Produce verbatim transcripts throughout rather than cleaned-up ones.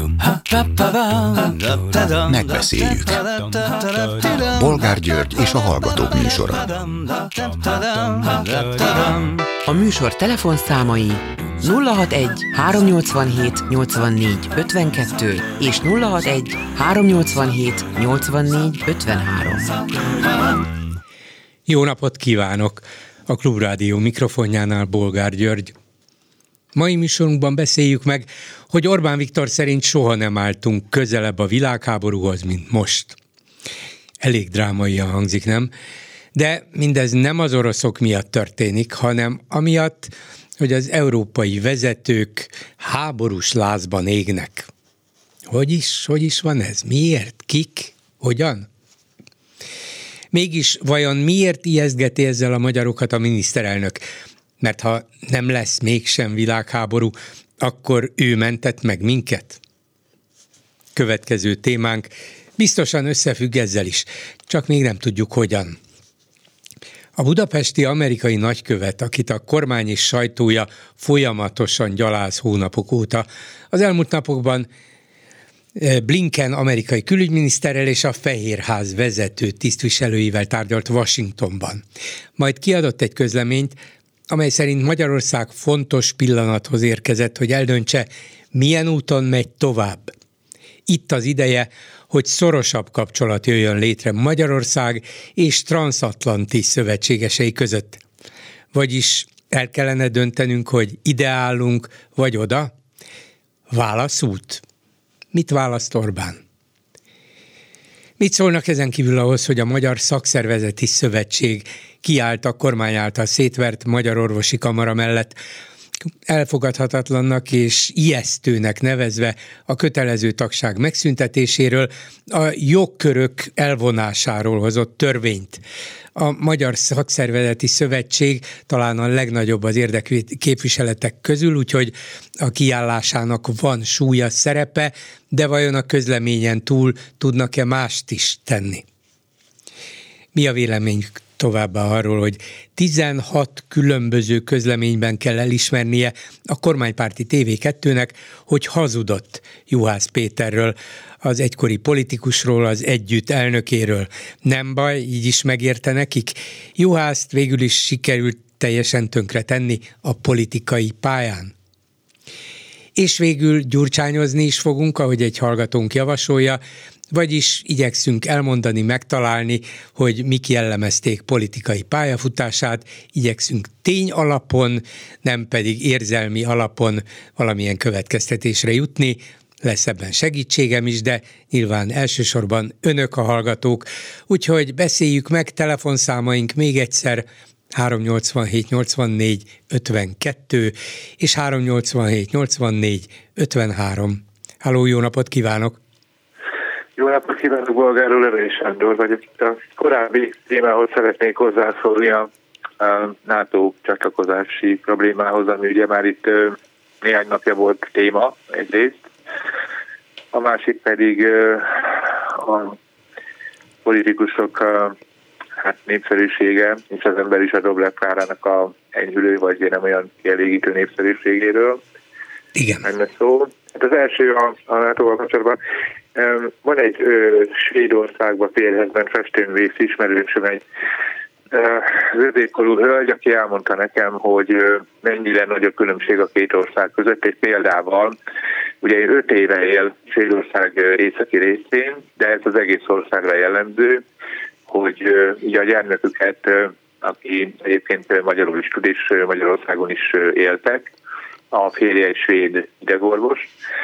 Megbeszéljük. Bolgár György és a Hallgatók műsora. A műsor telefonszámai nulla hatvanegy háromnyolcvanhét nyolcvannégy ötvenkettő és nulla hatvanegy háromnyolcvanhét nyolcvannégy ötvenhárom. Jó napot kívánok! A Klubrádió mikrofonjánál Bolgár György. Mai műsorunkban beszéljük meg, hogy Orbán Viktor szerint soha nem álltunk közelebb a világháborúhoz, mint most. Elég drámaian hangzik, nem? De mindez nem az oroszok miatt történik, hanem amiatt, hogy az európai vezetők háborús lázban égnek. Hogy is, hogy is van ez? Miért? Kik? Hogyan? Mégis vajon miért ijesztgeti ezzel a magyarokat a miniszterelnök? Mert ha nem lesz mégsem világháború, akkor ő mentett meg minket? Következő témánk biztosan összefügg ezzel is, csak még nem tudjuk hogyan. A budapesti amerikai nagykövet, akit a kormány és sajtója folyamatosan gyaláz hónapok óta, az elmúlt napokban Blinken amerikai külügyminiszterrel és a Fehérház vezető tisztviselőivel tárgyalt Washingtonban. Majd kiadott egy közleményt, amely szerint Magyarország fontos pillanathoz érkezett, hogy eldöntse, milyen úton megy tovább. Itt az ideje, hogy szorosabb kapcsolat jöjjön létre Magyarország és transatlanti szövetségesei között. Vagyis el kellene döntenünk, hogy ide állunk, vagy oda? Válaszút. Mit választ Orbán? Mit szólnak ezen kívül ahhoz, hogy a Magyar Szakszervezeti Szövetség kiállt a kormány által szétvert Magyar Orvosi Kamara mellett, elfogadhatatlannak és ijesztőnek nevezve a kötelező tagság megszüntetéséről, a jogkörök elvonásáról hozott törvényt. A Magyar Szakszervezeti Szövetség talán a legnagyobb az érdekképviseletek közül, úgyhogy a kiállásának van súlya, szerepe, de vajon a közleményen túl tudnak-e mást is tenni? Mi a vélemény továbbá arról, hogy tizenhat különböző közleményben kell elismernie a kormánypárti té vé kettőnek, hogy hazudott Juhász Péterről, az egykori politikusról, az Együtt elnökéről. Nem baj, így is megérte nekik. Juhászt végül is sikerült teljesen tönkretenni a politikai pályán. És végül gyurcsányozni is fogunk, ahogy egy hallgatónk javasolja, vagyis igyekszünk elmondani, megtalálni, hogy mik jellemezték politikai pályafutását, igyekszünk tény alapon, nem pedig érzelmi alapon valamilyen következtetésre jutni. Lesz ebben segítségem is, de nyilván elsősorban önök a hallgatók, úgyhogy beszéljük meg, telefonszámaink még egyszer háromnyolcvanhét nyolcvannégy ötvenkettő és háromnyolcvanhét nyolcvannégy ötvenhárom. Halló, jó napot kívánok! Jó napot kívánok, Bolgár úr, Erős Sándor vagyok. Itt a korábbi témához szeretnék hozzászólni, a NATO csatlakozási problémához, ami ugye már itt néhány napja volt téma egyrészt. A másik pedig a politikusok hát népszerűsége, és az ember is a Dobrev Klárának a enyhülő, vagy nem olyan kielégítő népszerűségéről. Igen. Menne szó. Hát az első a, a nátóval kapcsolatban. Van egy ö, Svédországban Férhezben festőművész ismerősöm, egy középkorú hölgy, aki elmondta nekem, hogy ö, mennyire nagy a különbség a két ország között, egy példával. Ugye én öt éve él Svédország északi részén, de ez az egész országra jellemző, hogy ö, ugye a gyermeküket, ö, aki egyébként magyarul is tud, és Magyarországon is ö, éltek, a férje egy svéd idegorvos,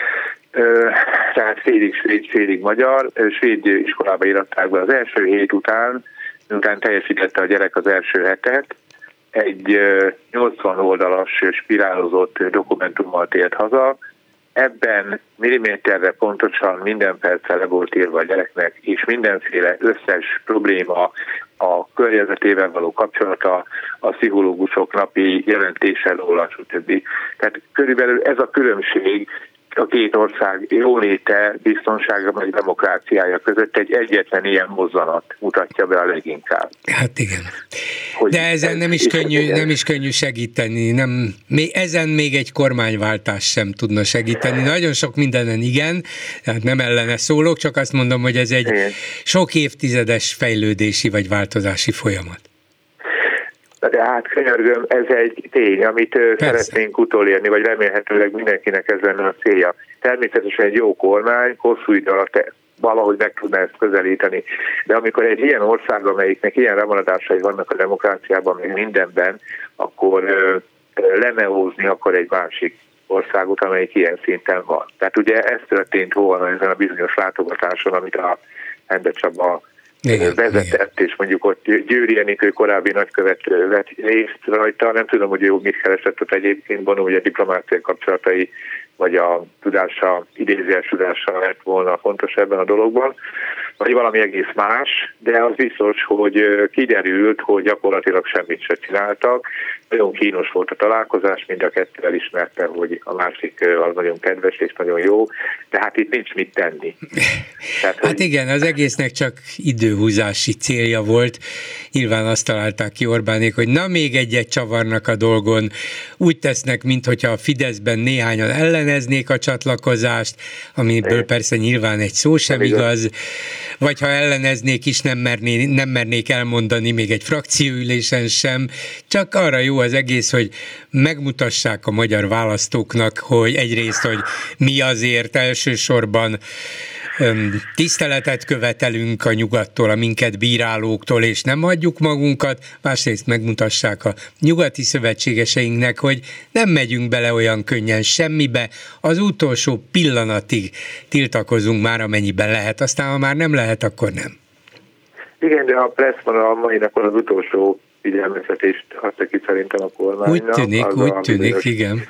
tehát félig svéd, félig magyar, svéd iskolába iratták be az első hét után, miután teljesítette a gyerek az első hetet, egy nyolcvan oldalas spirálozott dokumentummal tért haza, ebben milliméterre pontosan minden perccel le volt írva a gyereknek, és mindenféle összes probléma, a környezetével való kapcsolata, a pszichológusok napi jelentése róla, stb. Tehát körülbelül ez a különbség a két ország jóléte, biztonsága vagy demokráciája között egy egyetlen ilyen mozzanat mutatja be a leginkább. Hát igen. Hogy De ezen nem is, könnyű, nem is könnyű segíteni. Nem, még, ezen még egy kormányváltás sem tudna segíteni. Nagyon sok mindenen igen, tehát nem ellene szólok, csak azt mondom, hogy ez egy igen. sok évtizedes fejlődési vagy változási folyamat. De hát könyörgöm, ez egy tény, amit Persze. szeretnénk utolérni, vagy remélhetőleg mindenkinek ez lenne a célja. Természetesen egy jó kormány hosszú idő alatt valahogy meg tudná ezt közelíteni. De amikor egy ilyen ország, amelyiknek ilyen remaradásai vannak a demokráciában, még mindenben, akkor lemeózni akar egy másik országot, amelyik ilyen szinten van. Tehát ugye ez történt volna ezen a bizonyos látogatáson, amit a Ende Csaba igen, vezetett, igen. és mondjuk ott Győri Enikő korábbi nagykövet vett részt rajta, nem tudom, hogy ő mit keresett ott egyébként, gondolom, hogy a diplomáciai kapcsolatai, vagy a tudása, idézőjeles tudása lett volna fontos ebben a dologban, vagy valami egész más, de az biztos, hogy kiderült, hogy gyakorlatilag semmit sem csináltak. Nagyon kínos volt a találkozás, mind a kettő elismerte, hogy a másik az nagyon kedves és nagyon jó, de hát itt nincs mit tenni. Tehát, hát hogy... igen, az egésznek csak időhúzási célja volt. Nyilván azt találták ki Orbánék, hogy na még egyet csavarnak a dolgon, úgy tesznek, minthogyha a Fideszben néhányan elleneznék a csatlakozást, amiből persze nyilván egy szó sem igaz, vagy ha elleneznék is, nem, merné, nem mernék elmondani még egy frakcióülésen sem, csak arra jó az egész, hogy megmutassák a magyar választóknak, hogy egyrészt, hogy mi azért elsősorban tiszteletet követelünk a nyugattól, a minket bírálóktól, és nem hagyjuk magunkat, másrészt megmutassák a nyugati szövetségeseinknek, hogy nem megyünk bele olyan könnyen semmibe, az utolsó pillanatig tiltakozunk már, amennyiben lehet, aztán ha már nem lehet, akkor nem. Igen, de a Pressman a mai napon az utolsó figyelmeztetést adta ki szerintem a kormánynak. Úgy tűnik, úgy a, tűnik, bizonyos, igen.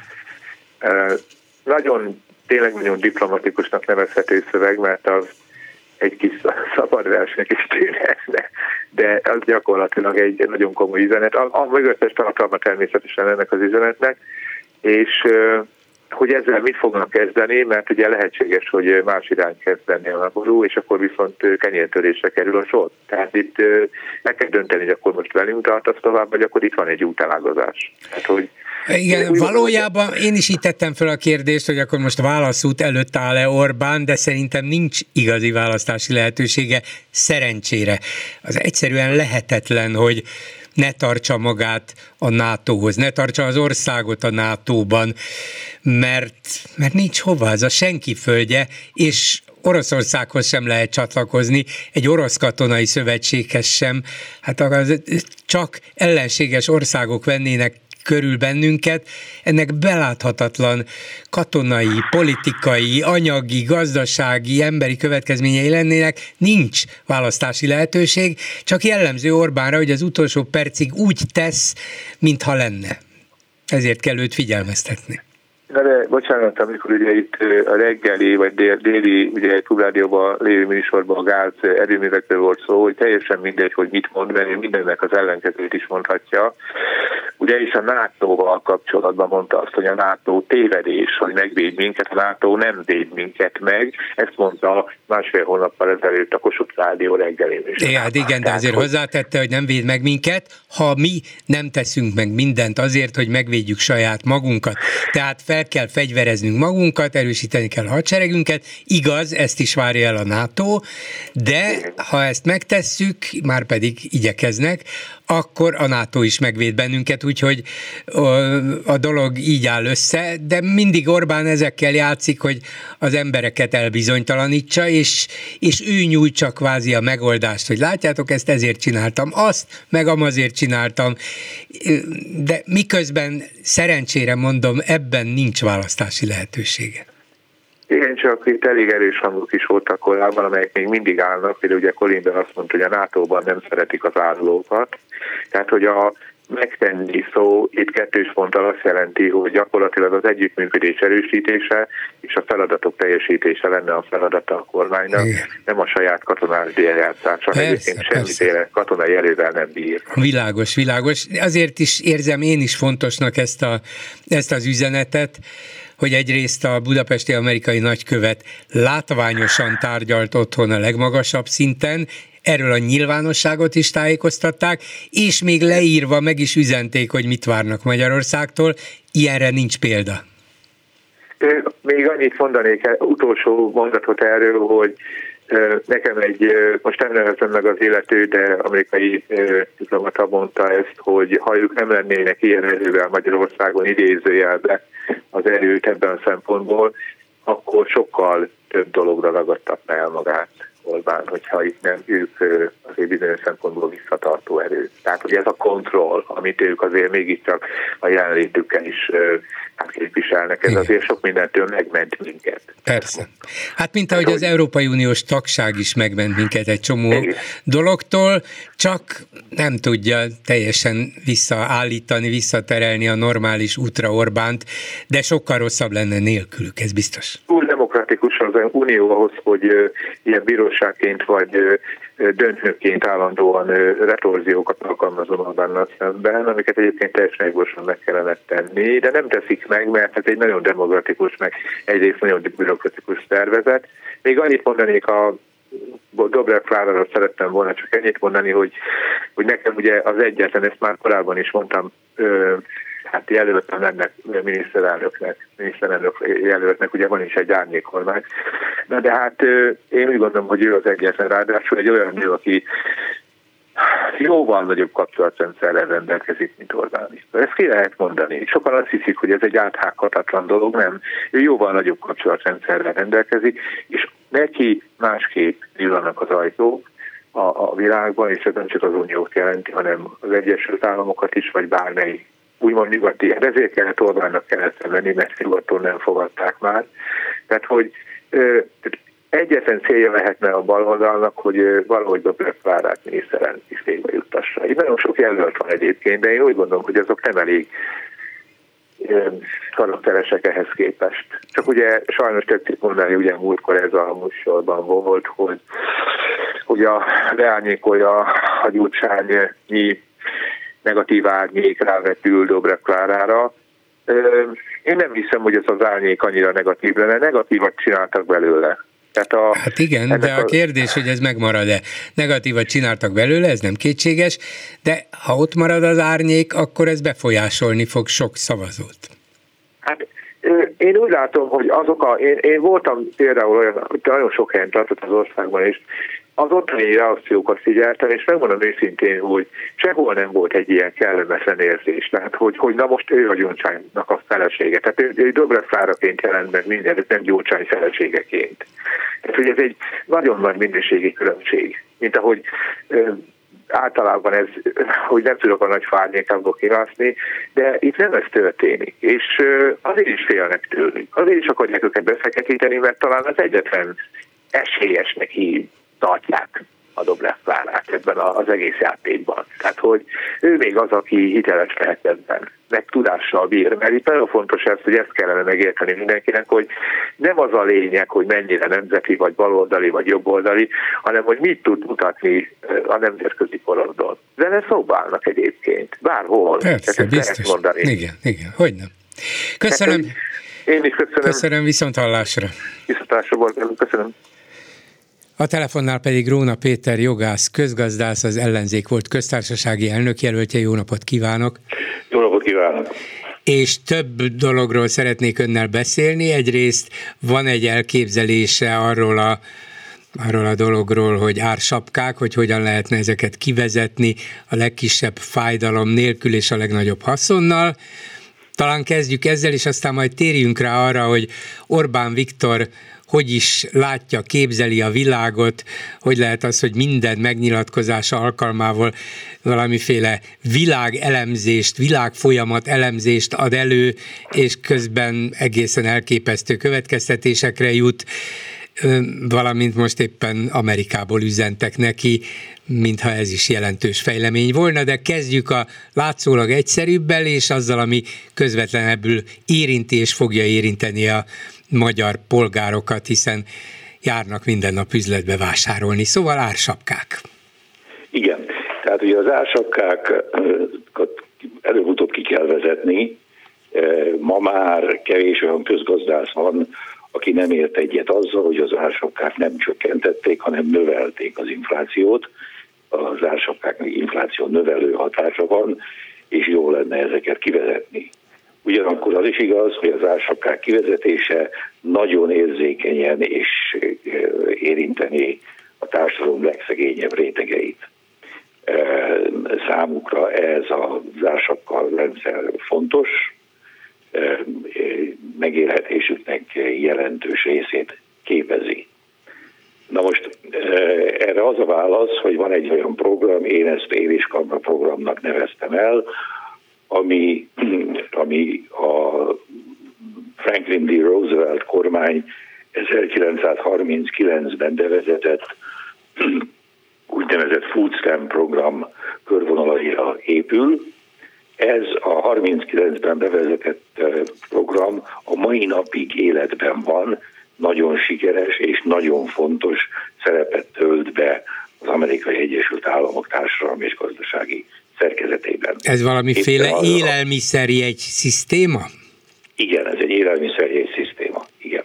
Uh, nagyon tényleg nagyon diplomatikusnak nevezhető szöveg, mert az egy kis szabad versnek is tűnhetne, de az gyakorlatilag egy nagyon komoly üzenet. A, a mögöttes tartalma természetesen ennek az üzenetnek, és hogy ezzel mit fognak kezdeni, mert ugye lehetséges, hogy más irány kezdeni a háború, és akkor viszont kenyértörésre kerül a sor. Tehát itt meg kell dönteni, hogy akkor most velünk tartasz tovább, vagy akkor itt van egy útelágazás. Tehát, hogy igen, valójában én is így tettem fel a kérdést, hogy akkor most válaszút előtt áll-e Orbán, de szerintem nincs igazi választási lehetősége, szerencsére. Az egyszerűen lehetetlen, hogy ne tartsa magát a nátóhoz, ne tartsa az országot a nátóban, mert, mert nincs hova, ez a senki földje, és Oroszországhoz sem lehet csatlakozni, egy orosz katonai szövetséghez sem, hát az, csak ellenséges országok vennének körül bennünket, ennek beláthatatlan katonai, politikai, anyagi, gazdasági, emberi következményei lennének, nincs választási lehetőség, csak jellemző Orbánra, hogy az utolsó percig úgy tesz, mintha lenne. Ezért kell őt figyelmeztetni. Na de, bocsánat, amikor ugye itt a reggeli, vagy déli, ugye egy klubrádióban lévő műsorban a gáz erőművekről volt szó, hogy teljesen mindegy, hogy mit mond, mert mindennek az ellenkezőt is mondhatja. Ugye is a nátóval kapcsolatban mondta azt, hogy a NATO tévedés, hogy megvéd minket, a NATO nem véd minket meg. Ezt mondta másfél hónappal ezelőtt a Kossuth Rádió reggelén is. É, hát igen, de azért hozzátette, hogy nem véd meg minket, ha mi nem teszünk meg mindent azért, hogy megvédjük saját magunkat. Tehát fel kell fegyvereznünk magunkat, erősíteni kell a hadseregünket. Igaz, ezt is várja el a NATO, de ha ezt megtesszük, már pedig igyekeznek, akkor a NATO is megvéd bennünket, úgyhogy a dolog így áll össze, de mindig Orbán ezekkel játszik, hogy az embereket elbizonytalanítsa, és, és ő nyújtsa kvázi a megoldást, hogy látjátok, ezt ezért csináltam, azt, meg amazért csináltam, de miközben szerencsére mondom, ebben nincs választási lehetősége. Igen, csak itt elég erős hangok is voltak korábban, amelyek még mindig állnak. Például ugye Kolinben azt mondta, hogy a nátóban nem szeretik az árulókat. Tehát, hogy a megtenni szó itt kettős ponttal azt jelenti, hogy gyakorlatilag az együttműködés erősítése és a feladatok teljesítése lenne a feladata a kormánynak, igen. Nem a saját katonás déljátszása, egyébként semmiféle katonai erővel nem bír. Világos, világos. Azért is érzem én is fontosnak ezt, a, ezt az üzenetet, hogy egyrészt a budapesti amerikai nagykövet látványosan tárgyalt otthon a legmagasabb szinten, erről a nyilvánosságot is tájékoztatták, és még leírva meg is üzenték, hogy mit várnak Magyarországtól. Ilyenre nincs példa. Még annyit mondanék, utolsó mondatot erről, hogy nekem egy, most nem nevezem meg az illető, de amerikai diplomata mondta ezt, hogy ha ők nem lennének ilyen erővel Magyarországon idézőjelbe az erőt ebben a szempontból, akkor sokkal több dologra ragadtatná el magát Orbán, hogyha itt nem ők azért bizonyos szempontból visszatartó erő. Tehát, hogy ez a kontroll, amit ők azért mégiscsak a jelenlétükkel is hát képviselnek, ez igen. Azért sok mindentől megment minket. Persze. Hát mint ahogy az Európai Uniós tagság is megment minket egy csomó igen. dologtól, csak nem tudja teljesen visszaállítani, visszaterelni a normális útra Orbánt, de sokkal rosszabb lenne nélkülük, ez biztos. Túl demokratikus az Unió ahhoz, hogy ilyen bíróságként vagy döntőként állandóan retorziókat alkalmazom Orbánnal szemben, amiket egyébként teljesen jogosan meg kellene tenni, de nem teszik meg, mert ez egy nagyon demokratikus, meg egyrészt nagyon bürokratikus szervezet. Még annyit mondanék a Dobrev Kláráról szerettem volna csak ennyit mondani, hogy, hogy nekem ugye az egyetlen, ezt már korábban is mondtam, ö, hát jelöltem ennek miniszterelnöknek, miniszterelnök jelöltnek, ugye van is egy árnyékkormány. Na de hát ö, én úgy gondolom, hogy ő az egyetlen, ráadásul egy olyan nő, aki jóval nagyobb kapcsolatrendszerrel rendelkezik, mint Orbán Viktor. Ezt ki lehet mondani. Sokan azt hiszik, hogy ez egy áthághatatlan dolog, nem. Ő jóval nagyobb kapcsolatrendszerrel rendelkezik, és neki másképp villanak az ajtók a, a világban, és ez nem csak az Uniót jelenti, hanem az Egyesült Államokat is, vagy bármelyik úgymond nyugati. Ezért kellett Orbánnak kellett venni, mert nyugaton nem fogadták már. Tehát, hogy ö, egyetlen célja lehetne a baloldalnak, hogy valahogy Dobrev Klárát miniszterelnöki fékbe juttassa. Itt nagyon sok jelölt van egyébként, de én úgy gondolom, hogy azok nem elég karakteresek ehhez képest. Csak ugye sajnos tetszik mondani, ugye múltkor ez a műsorban volt, hogy, hogy a leárnyékolja a Gyurcsányi negatív árnyék rávetül Dobrev Klárára. Én nem hiszem, hogy ez az árnyék annyira negatív lenne. Negatívat csináltak belőle. A, hát igen, de a kérdés, hogy ez megmarad-e. Negatívat csináltak belőle, ez nem kétséges, de ha ott marad az árnyék, akkor ez befolyásolni fog sok szavazót. Hát én úgy látom, hogy azok a... Én, én voltam például olyan, hogy nagyon sok helyen tartott az országban, és az ottani reakciókat figyeltem, és megmondom őszintén, hogy sehol nem volt egy ilyen kellemetlen érzés. Tehát, hogy, hogy na most ő a Gyurcsánynak a felesége. Tehát ő, ő Dobrev Kláraként jelent meg minden, nem Gyurcsány feleségeként. Tehát, hogy ez egy nagyon nagy minőségi különbség. Mint ahogy ö, általában ez, hogy nem tudok a nagy fárnyékából kimászni, de itt nem ez történik. És ö, azért is félnek tőlük. Azért is akarják őket befeketíteni, mert talán az egyetlen esélyesnek hív tartják a Dobrev Klárát ebben az egész játékban. Tehát, hogy ő még az, aki hiteles lehet ebben, meg tudással bír, mert itt nagyon fontos ez, hogy ezt kellene megérteni mindenkinek, hogy nem az a lényeg, hogy mennyire nemzeti, vagy baloldali, vagy jobboldali, hanem hogy mit tud mutatni a nemzetközi porondon. De ne szóbálnak egyébként, bárhol. Persze, biztos. Igen, igen, hogy nem. Köszönöm. Én is köszönöm. Köszönöm, viszont hallásra. Viszont hallásra volt, köszönöm. A telefonnál pedig Róna Péter jogász, közgazdász, az Ellenzék volt köztársasági elnökjelöltje. Jó napot kívánok! Jó napot kívánok! És több dologról szeretnék önnel beszélni. Egyrészt van egy elképzelése arról a, arról a dologról, hogy ársapkák, hogy hogyan lehetne ezeket kivezetni a legkisebb fájdalom nélkül és a legnagyobb haszonnal. Talán kezdjük ezzel, és aztán majd térjünk rá arra, hogy Orbán Viktor hogy is látja, képzeli a világot, hogy lehet az, hogy minden megnyilatkozása alkalmával valamiféle világelemzést, világfolyamat elemzést ad elő, és közben egészen elképesztő következtetésekre jut, valamint most éppen Amerikából üzentek neki, mintha ez is jelentős fejlemény volna, de kezdjük a látszólag egyszerűbbel, és azzal, ami közvetlenebbül érinti és fogja érinteni a magyar polgárokat, hiszen járnak minden nap üzletbe vásárolni. Szóval ársapkák. Igen, tehát ugye az ársapkákat előbb-utóbb ki kell vezetni, Ma már kevés olyan közgazdász van, aki nem ért egyet azzal, hogy az ársapkák nem csökkentették, hanem növelték az inflációt. Az ársapkáknak infláció növelő hatása van, és jó lenne ezeket kivezetni. Ugyanakkor az is igaz, hogy az ársapkák kivezetése nagyon érzékenyen és érinteni a társadalom legszegényebb rétegeit. Számukra ez az ársapka rendszer fontos, megélhetésüknek jelentős részét képezi. Na most erre az a válasz, hogy van egy olyan program, én ezt Éléskamra programnak neveztem el, ami, ami a Franklin D. Roosevelt kormány ezerkilencszázharminckilencben bevezetett úgynevezett Food Stamp program körvonalaira épül. Ez a harminckilencben bevezetett program a mai napig életben van, nagyon sikeres és nagyon fontos szerepet tölt be az Amerikai Egyesült Államok társadalmi és gazdasági szerkezetében. Ez valamiféle élelmiszerjegy szisztéma? Igen, ez egy élelmiszerjegy szisztéma, igen.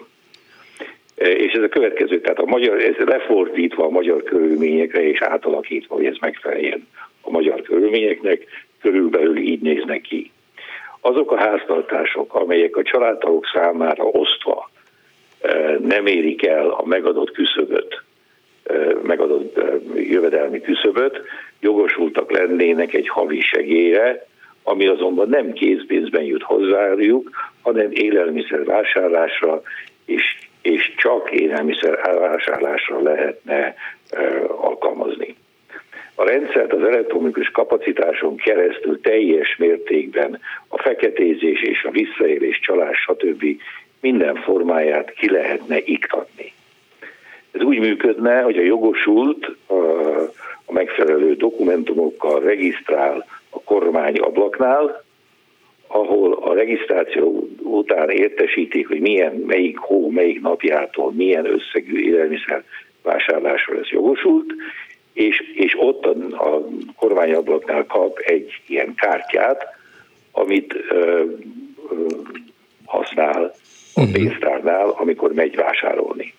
És ez a következő, tehát a magyar, ez lefordítva a magyar körülményekre és átalakítva, hogy ez megfeleljen a magyar körülményeknek, körülbelül így néznek ki. Azok a háztartások, amelyek a családtagok számára osztva nem érik el a megadott küszöböt, megadott jövedelmi küszöböt, jogosultak lennének egy havi segélyre, ami azonban nem készpénzben jut hozzájuk, hanem élelmiszer vásárlásra, és, és csak élelmiszer vásárlásra lehetne alkalmazni. A rendszert az elektronikus kapacitáson keresztül teljes mértékben a feketézés és a visszaélés, csalás, stb. Minden formáját ki lehetne iktatni. Ez úgy működne, hogy a jogosult a, a megfelelő dokumentumokkal regisztrál a kormány ablaknál, ahol a regisztráció után értesítik, hogy milyen, melyik hó, melyik napjától, milyen összegű élelmiszer vásárlásra lesz jogosult, és, és ott a, a kormányablaknál kap egy ilyen kártyát, amit ö, ö, használ a pénztárnál, amikor megy vásárolni.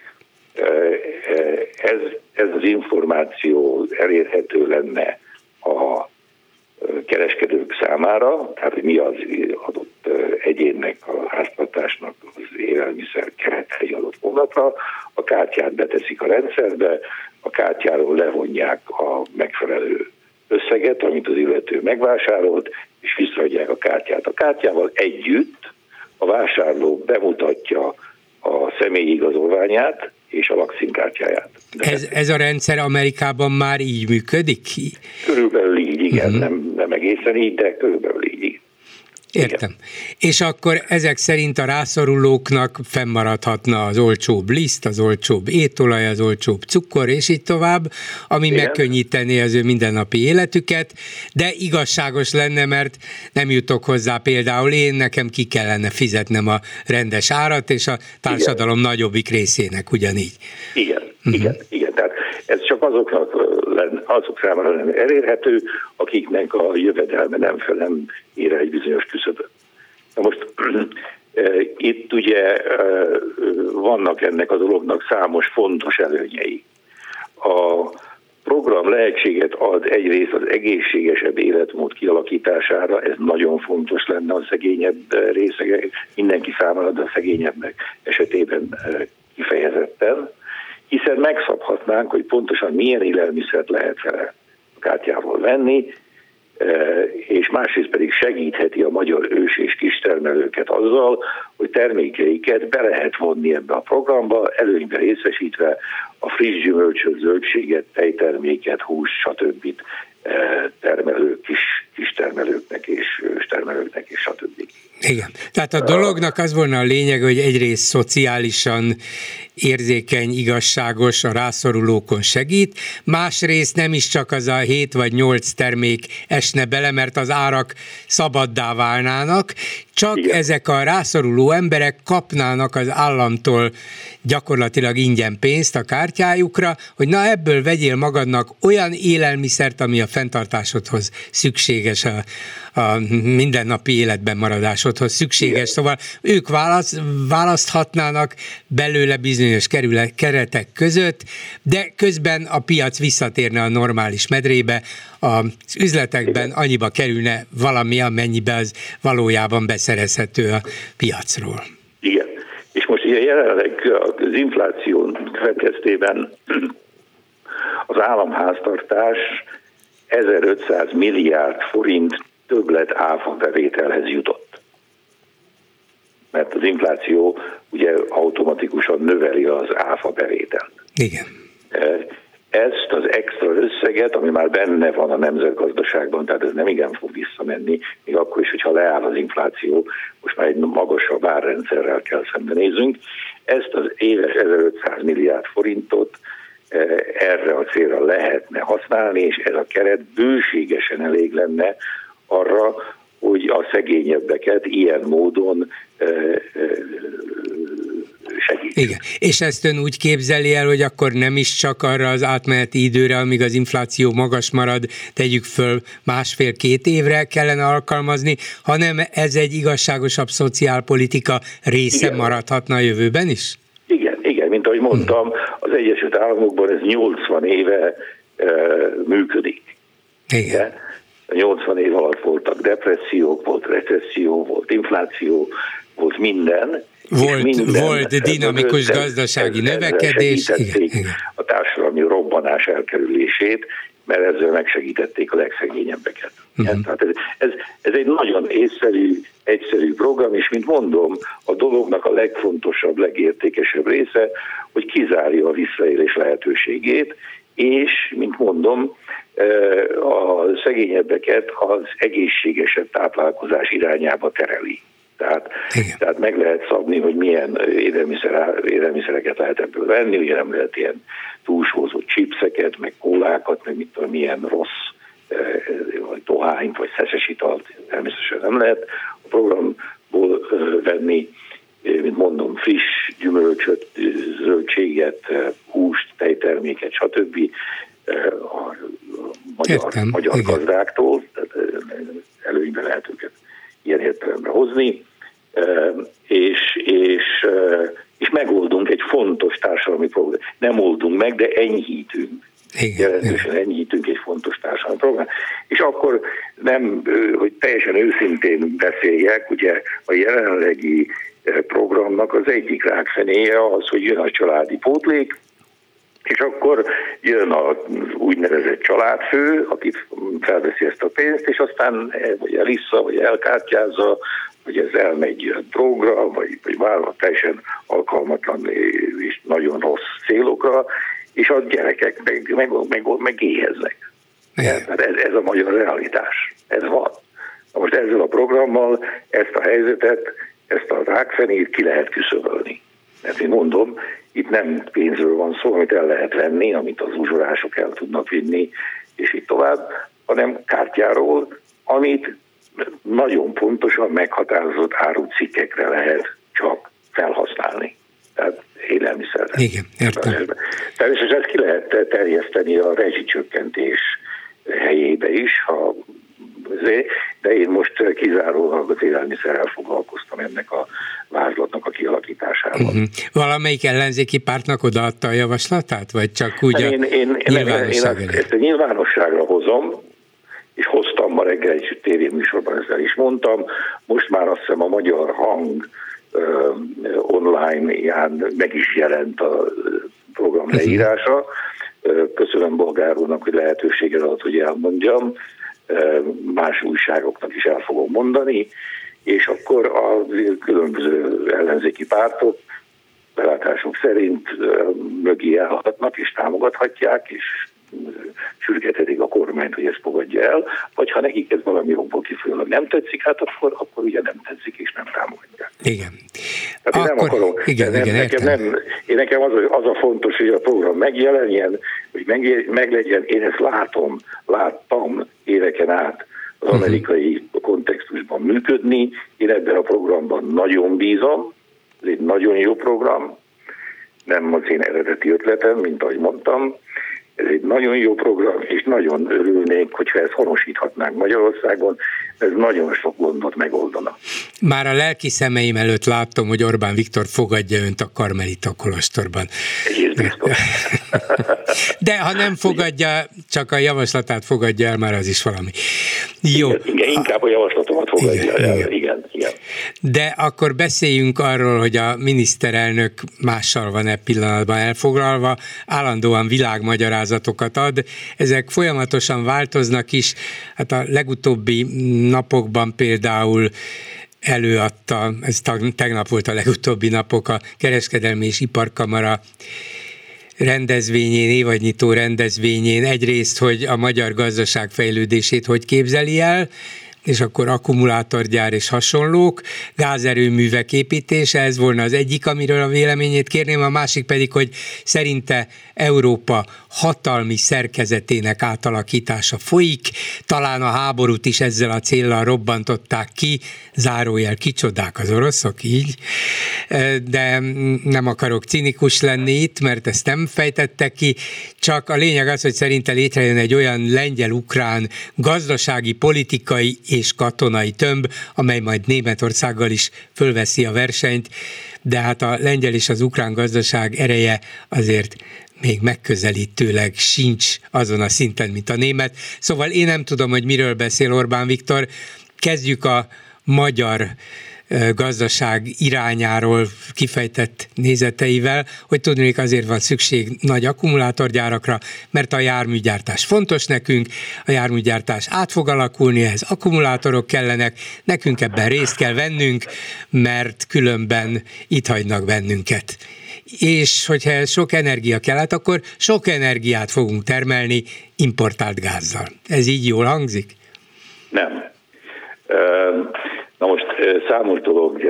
Ez, ez az információ elérhető lenne a kereskedők számára, tehát mi az adott egyénnek, a háztartásnak az élelmiszer keret egy adott hónapra, a kártyát beteszik a rendszerbe, a kártyáról levonják a megfelelő összeget, amit az illető megvásárolt, és visszaadják a kártyát. A kártyával együtt a vásárló bemutatja a személyi igazolványát és a lakszínkártyáját. Ez, ez a rendszer Amerikában már így működik? Körülbelül így, igen. Uh-huh. Nem, nem egészen így, de körülbelül így. Értem. Igen. És akkor ezek szerint a rászorulóknak fennmaradhatna az olcsóbb liszt, az olcsóbb étolaj, az olcsóbb cukor, és így tovább, ami igen. megkönnyítené az ő mindennapi életüket, de igazságos lenne, mert nem jutok hozzá például én, nekem ki kellene fizetnem a rendes árat, és a társadalom igen. nagyobbik részének ugyanígy. Igen, uh-huh. igen, igen. Tehát ez csak azoknak lenne, azok számára lenne elérhető, akiknek a jövedelme nem felem ér egy bizonyos küszöböt. Na most itt ugye vannak ennek a dolognak számos fontos előnyei. A program lehetséget ad egyrészt az egészségesebb életmód kialakítására, ez nagyon fontos lenne a szegényebb részege, mindenki számára, de a szegényebbek esetében kifejezetten, hiszen megszabhatnánk, hogy pontosan milyen élelmiszert lehet vele a kártyával venni, és másrészt pedig segítheti a magyar ős- és kistermelőket azzal, hogy termékeiket be lehet vonni ebbe a programba, előnybe részesítve a friss gyümölcsöt, zöldséget, tejterméket, húst, stb. Termelők, kis, kistermelőknek és őstermelőknek és stb. Igen. Tehát a dolognak az volna a lényeg, hogy egyrészt szociálisan érzékeny, igazságos, a rászorulókon segít, másrészt nem is csak az a hét vagy nyolc termék esne bele, mert az árak szabaddá válnának, csak igen. ezek a rászoruló emberek kapnának az államtól gyakorlatilag ingyen pénzt a kártyájukra, hogy na ebből vegyél magadnak olyan élelmiszert, ami a fenntartásodhoz szükséges, a, a mindennapi életben maradáshoz másodhoz szükséges, szóval ők választ, választhatnának belőle bizonyos kerület, keretek között, de közben a piac visszatérne a normális medrébe, az üzletekben annyiba kerülne valami, amennyibe az valójában beszerezhető a piacról. Igen. És most ugye jelenleg az infláció következtében az államháztartás ezerötszáz milliárd forint többlet áfa bevételhez jutott. Mert az infláció ugye automatikusan növeli az áfa bevételt. Igen. Ezt az extra összeget, ami már benne van a nemzetgazdaságban, tehát ez nem igen fog visszamenni, még akkor is, hogyha leáll az infláció, most már egy magasabb árrendszerrel kell szembenézünk. Ezt az éves ezerötszáz milliárd forintot erre a célra lehetne használni, és ez a keret bőségesen elég lenne arra, hogy a szegényebbeket ilyen módon segít. Igen, és ezt ön úgy képzeli el, hogy akkor nem is csak arra az átmeneti időre, amíg az infláció magas marad, tegyük föl másfél-két évre kellene alkalmazni, hanem ez egy igazságosabb szociálpolitika része igen. maradhatna a jövőben is? Igen, igen, mint ahogy mondtam, az Egyesült Államokban ez nyolcvan éve e, működik. Igen. nyolcvan év alatt voltak depressziók, volt recesszió, volt infláció, volt minden. Volt, minden volt dinamikus ezzel, gazdasági ezzel növekedés. Igen, igen. A társadalmi robbanás elkerülését, mert ezzel megsegítették a legszegényebbeket. Uh-huh. Tehát ez, ez, ez egy nagyon észszerű, egyszerű program, és mint mondom, a dolognak a legfontosabb, legértékesebb része, hogy kizárja a visszaélés lehetőségét, és, mint mondom, a szegényebbeket az egészségesebb táplálkozás irányába tereli. Tehát, tehát meg lehet szabni, hogy milyen élelmiszer, élelmiszereket lehet ebből venni, ugye nem lehet ilyen túlsózott chipseket, meg kólákat, meg mit tudom, milyen rossz vagy dohányt, vagy szeszes italt természetesen nem lehet a programból venni, mint mondom, friss gyümölcsöt, zöldséget, húst, tejterméket, stb. A magyar, Értem, magyar gazdáktól, tehát előnybe lehet őket ilyen értelemben hozni, és, és, és megoldunk egy fontos társadalmi problémát. Nem oldunk meg, de enyhítünk. Igen, jelentősen igen. enyhítünk egy fontos társadalmi problémát. És akkor nem, hogy teljesen őszintén beszéljek, ugye a jelenlegi programnak az egyik rákfenéje az, hogy jön a családi pótlék, és akkor jön az úgynevezett családfő, aki felveszi ezt a pénzt, és aztán vagy elissza, vagy elkártyázza, vagy ez elmegy drogra, vagy, vagy vállalva teljesen alkalmatlan és nagyon rossz célokra, és a gyerekek meg, meg, meg, meg éheznek. Tehát ez, ez a magyar realitás. Ez van. Na most ezzel a programmal ezt a helyzetet, ezt a rákfenét ki lehet küszöbölni. Mert én mondom, itt nem pénzről van szó, amit el lehet venni, amit az uzsorások el tudnak vinni, és így tovább, hanem kártyáról, amit nagyon pontosan meghatározott árucikkekre lehet csak felhasználni. Tehát élelmiszerre. Igen, értem. Természetesen ezt ki lehet terjeszteni a rezsicsökkentés helyébe is, ha de én most kizárólag az élelmiszerrel foglalkoztam ennek a vázlatnak a kialakításával. Uh-huh. Valamelyik ellenzéki pártnak odaadta a javaslatát, vagy csak úgy én, én, én, nyilvánosság én, én ezt a nyilvánosságra hozom, és hoztam ma reggel egy tévéműsorban, ezzel is mondtam, most már azt hiszem a Magyar Hang uh, online-ján meg is jelent a program leírása. Uh-huh. Köszönöm Bolgár úrnak, hogy lehetőséget adott, hogy elmondjam, más újságoknak is el fogom mondani, és akkor a különböző ellenzéki pártok belátásunk szerint mögé állhatnak és támogathatják, és sürgethetik a kormányt, hogy ezt fogadja el, vagy ha nekik ez valami jobból kifolyólag nem tetszik, hát akkor, akkor ugye nem tetszik és nem támogatják. Igen. Hát én akkor, nem akarom, igen, nem, igen, nekem, nem, én nekem az, az a fontos, hogy a program megjelenjen, hogy meg, meglegyen, én ezt látom, láttam éveken át az amerikai uh-huh. kontextusban működni, én ebben a programban nagyon bízom, ez egy nagyon jó program, nem az én eredeti ötletem, mint ahogy mondtam, ez egy nagyon jó program, és nagyon örülnék, hogyha ezt honosíthatnánk Magyarországon, ez nagyon sok gondot megoldana. Már a lelki szemeim előtt láttam, hogy Orbán Viktor fogadja önt a Karmelita kolostorban. De ha nem fogadja, csak a javaslatát fogadja el, már az is valami. Jó. Igen, igen, inkább a javaslatomat fogadja igen, el. Igen. igen, igen. De akkor beszéljünk arról, hogy a miniszterelnök mással van e pillanatban elfoglalva, állandóan világmagyarázatokat ad, ezek folyamatosan változnak is, hát a legutóbbi napokban például előadta, ez tegnap volt a legutóbbi napok, a Kereskedelmi és Iparkamara rendezvényén, évadnyitó rendezvényén egyrészt, hogy a magyar gazdaság fejlődését hogy képzeli el, és akkor akkumulátorgyár és hasonlók, gázerőművek építése, ez volna az egyik, amiről a véleményét kérném, a másik pedig, hogy szerinte Európa hatalmi szerkezetének átalakítása folyik, talán a háborút is ezzel a céllal robbantották ki, zárójel kicsodák az oroszok, így, de nem akarok cinikus lenni itt, mert ezt nem fejtettek ki, csak a lényeg az, hogy szerinte létrejön egy olyan lengyel-ukrán gazdasági, politikai és katonai tömb, amely majd Németországgal is fölveszi a versenyt, de hát a lengyel és az ukrán gazdaság ereje azért még megközelítőleg sincs azon a szinten, mint a német. Szóval én nem tudom, hogy miről beszél Orbán Viktor. Kezdjük a magyar gazdaság irányáról kifejtett nézeteivel, hogy tudnék azért van szükség nagy akkumulátorgyárakra, mert a járműgyártás fontos nekünk, a járműgyártás át fog alakulni, ehhez akkumulátorok kellenek, nekünk ebben részt kell vennünk, mert különben itt hagynak bennünket. És hogyha ez sok energia kellett, akkor sok energiát fogunk termelni importált gázzal. Ez így jól hangzik? Nem. Na most számos dolog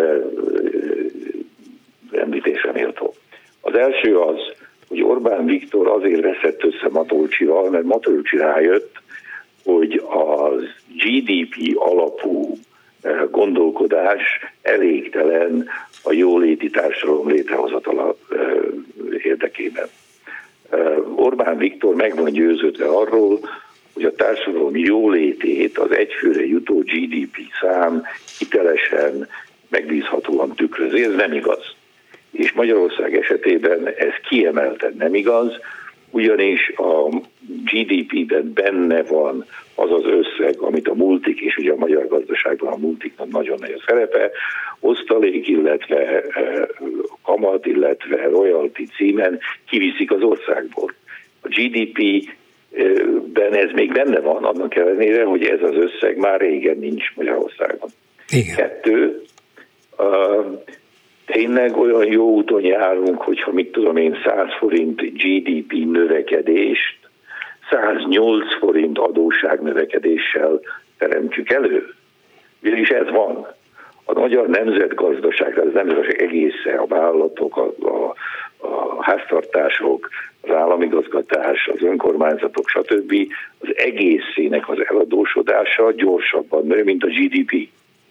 említésre méltó. Az első az, hogy Orbán Viktor azért veszett össze Matolcsival, mert Matolcsi rájött, hogy az gé dé pé alapú gondolkodás elégtelen a jóléti társadalom létrehozatala érdekében. Orbán Viktor meg van győződve arról, hogy a társadalom jólétét az egyfőre jutó gé dé pé szám hitelesen, megbízhatóan tükrözi. Ez nem igaz. És Magyarország esetében ez kiemelten nem igaz, ugyanis a gé dé pében benne van az az összeg, amit a multik, és ugye a magyar gazdaságban a multiknak nagyon nagy a szerepe, osztalék, illetve kamat, illetve royalty címen kiviszik az országból. A gé dé pében ez még benne van, annak ellenére, hogy ez az összeg már régen nincs Magyarországon. Igen. Kettő, uh, tényleg olyan jó úton járunk, hogyha mit tudom én, száz forint gé dé pé növekedést száznyolc forint adósság növekedéssel teremtjük elő. Ugyanis ez van. A magyar nemzetgazdaság, tehát az nemzetgazdaság egésze, a vállalatok, a, a, a háztartások, az államigazgatás, az önkormányzatok, stb. Az egészének az eladósodása gyorsabban nő, mint a gé dé pé.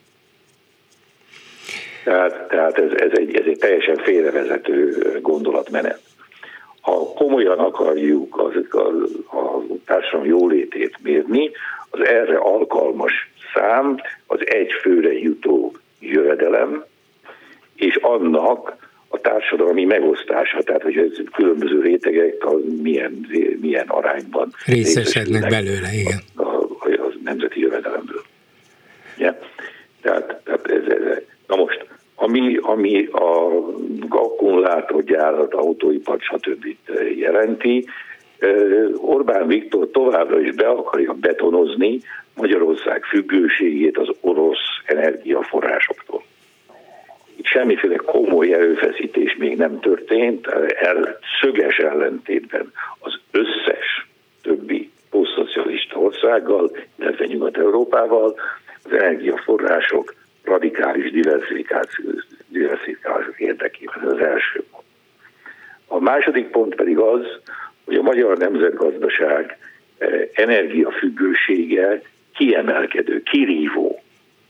Tehát, tehát ez, ez, egy, ez egy teljesen félrevezető gondolatmenet. Ha komolyan akarjuk az, a, a társadalom jólétét mérni, az erre alkalmas szám az egy főre jutó jövedelem, és annak a társadalmi megosztása, tehát hogy ez különböző rétegek az milyen, milyen arányban részesednek belőle, igen. A, a, a nemzeti jövedelemből. Ja. Tehát, tehát ez, ez, na most, ami, ami a akkumulátorgyárat, autóipart, stb. Jelenti, Orbán Viktor továbbra is be akarja betonozni Magyarország függőségét az orosz energiaforrásoktól. Itt semmiféle komoly erőfeszítés még nem történt, el, szöges ellentétben az összes többi posztszocialista országgal, illetve Nyugat-Európával az energiaforrások radikális diversifikáció, diversifikáció érdekében. Ez az első pont. A második pont pedig az, hogy a magyar nemzetgazdaság energiafüggősége kiemelkedő, kirívó.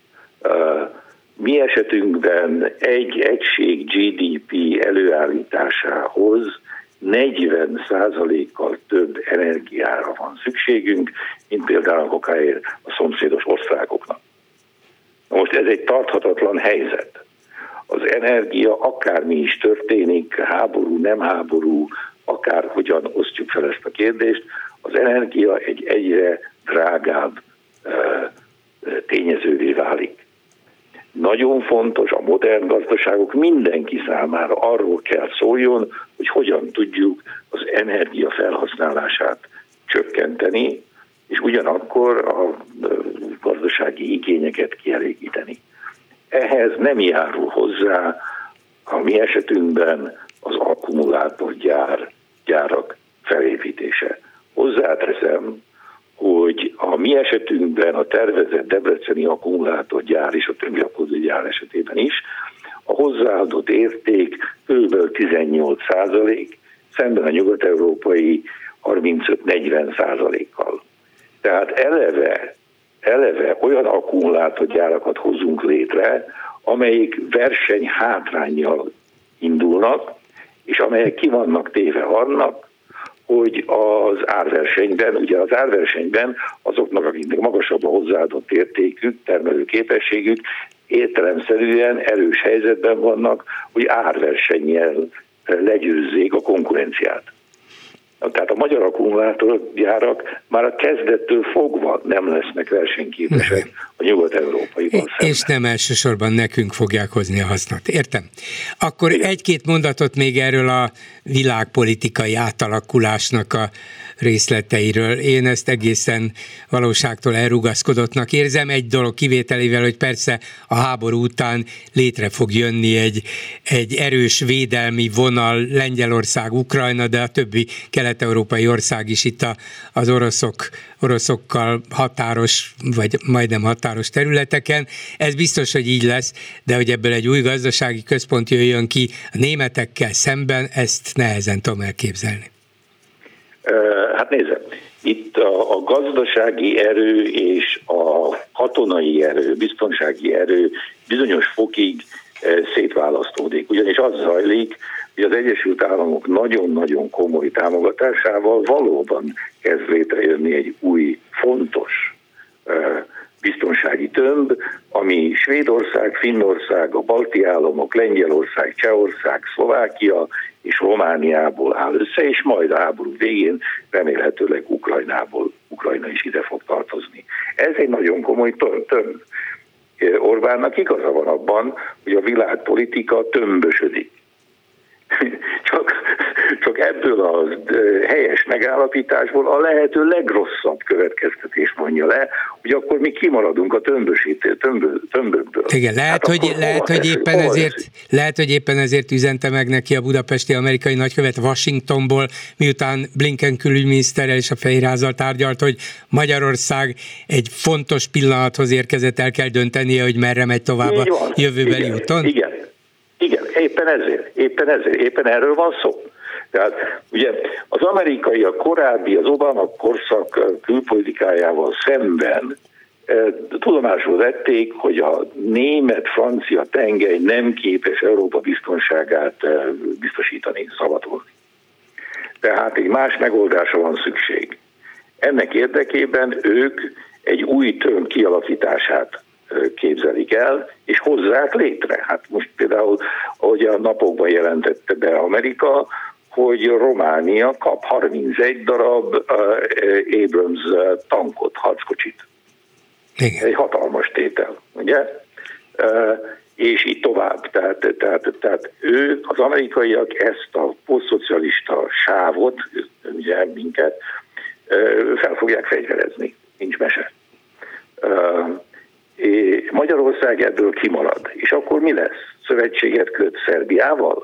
Mi esetünkben egy egység gé dé pé előállításához negyven százalékkal több energiára van szükségünk, mint például a szomszédos országoknak. Na most ez egy tarthatatlan helyzet. Az energia, akármi is történik, háború, nem háború, akárhogyan osztjuk fel ezt a kérdést, az energia egy egyre drágább tényezővé válik. Nagyon fontos, a modern gazdaságok mindenki számára arról kell szóljon, hogy hogyan tudjuk az energia felhasználását csökkenteni, és ugyanakkor a gazdasági igényeket kielégíteni. Ehhez nem járul hozzá a mi esetünkben az akkumulátorgyár, gyárak felépítése. Hozzáteszem, hogy a mi esetünkben a tervezett debreceni akkumulátorgyár és a többi akkumulátorgyár esetében is a hozzáadott érték kb. tizennyolc százalék, szemben a nyugat-európai harmincöt-negyven százalékkal. Tehát eleve, eleve olyan akkumulátorgyárakat hozunk létre, amelyik versenyhátránnyal indulnak, és amelyek ki vannak téve annak, hogy az árversenyben, ugye az árversenyben azoknak, akiknek magasabb a hozzáadott értékük, termelő képességük, értelemszerűen erős helyzetben vannak, hogy árversennyel legyőzzék a konkurenciát. Tehát a magyar akkumulátorgyárak már a kezdettől fogva nem lesznek versenyképesek a nyugat-európaival szemben. És nem elsősorban nekünk fogják hozni a hasznot. Értem? Akkor igen. Egy-két mondatot még erről a világpolitikai átalakulásnak a részleteiről. Én ezt egészen valóságtól elrugaszkodottnak érzem. Egy dolog kivételével, hogy persze a háború után létre fog jönni egy, egy erős védelmi vonal Lengyelország, Ukrajna, de a többi kelet-európai ország is itt a, az oroszok, oroszokkal határos, vagy majdnem határos területeken. Ez biztos, hogy így lesz, de hogy ebből egy új gazdasági központ jöjjön ki a németekkel szemben, ezt nehezen tudom elképzelni. Hát nézze, itt a, a gazdasági erő és a katonai erő, biztonsági erő bizonyos fokig szétválasztódik. Ugyanis az zajlik, hogy az Egyesült Államok nagyon-nagyon komoly támogatásával valóban kezd létrejönni egy új, fontos biztonsági tömb, ami Svédország, Finnország, a balti államok, Lengyelország, Csehország, Szlovákia és Romániából áll össze, és majd a háború végén remélhetőleg Ukrajnából, Ukrajna is ide fog tartozni. Ez egy nagyon komoly tömb. Orbánnak igaza van abban, hogy a világpolitika tömbösödik. Csak, csak ebből a helyes megállapításból a lehető legrosszabb következtetés mondja le, hogy akkor mi kimaradunk a tömbösítő, tömbö, tömbökből. Igen, lehet, hát hogy, lehet, hogy éppen ezért, lehet, hogy éppen ezért üzente meg neki a budapesti amerikai nagykövet Washingtonból, miután Blinken külügyminiszterrel és a Fehérházzal tárgyalt, hogy Magyarország egy fontos pillanathoz érkezett, el kell döntenie, hogy merre megy tovább a jövőbeli igen, úton. Igen. Igen, éppen ezért, éppen ezért, éppen erről van szó. Tehát ugye az amerikaiak korábbi, az Obama korszak külpolitikájával szemben eh, tudomásul vették, hogy a német-francia tengely nem képes Európa biztonságát eh, biztosítani, szavatolni. Tehát egy más megoldásra van szükség. Ennek érdekében ők egy új tömb kialakítását képzelik el, és hozzák létre. Hát most például, ahogy a napokban jelentette be Amerika, hogy Románia kap harmincegy darab uh, Abrams tankot, harckocsit. Igen. Egy hatalmas tétel, ugye? Uh, és így tovább. Tehát, tehát, tehát ő, az amerikaiak ezt a posztszocialista sávot, ugye minket, uh, fel fogják fegyverezni. Nincs mese. Uh, Magyarország ebből kimarad. És akkor mi lesz? Szövetséget köt Szerbiával?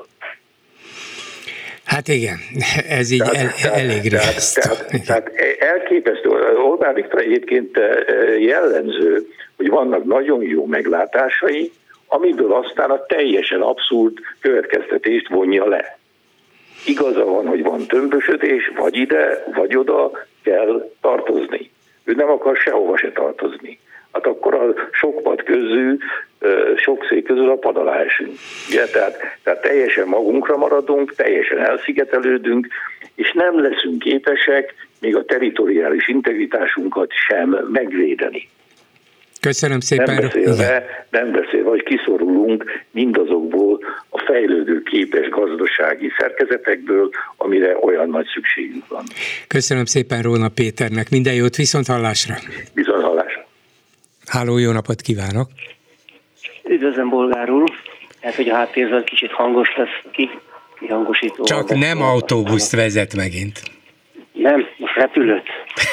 Hát igen, ez így tehát, el, elég riasztó. Tehát, tehát elképesztő. Orbán Viktor egyébként jellemző, hogy vannak nagyon jó meglátásai, amiből aztán a teljesen abszurd következtetést vonja le. Igaza van, hogy van tömbösödés, vagy ide, vagy oda kell tartozni. Ő nem akar sehova se tartozni. Hát akkor a sok pad közül, sok szék közül a pad alá esünk. Ugye? Tehát, tehát teljesen magunkra maradunk, teljesen elszigetelődünk, és nem leszünk képesek még a territoriális integritásunkat sem megvédeni. Köszönöm szépen. Nem beszélve, nem beszélve, hogy kiszorulunk mindazokból a fejlődő képes gazdasági szerkezetekből, amire olyan nagy szükségünk van. Köszönöm szépen Róna Péternek. Minden jót, viszont hallásra. Viszont hallásra. Háló, jó napot kívánok. Üdvözlöm, bolgár úr. Hát, hogy a háttérzal kicsit hangos lesz ki, kihangosító. Csak nem autóbuszt vezet megint. Nem, most repülőt.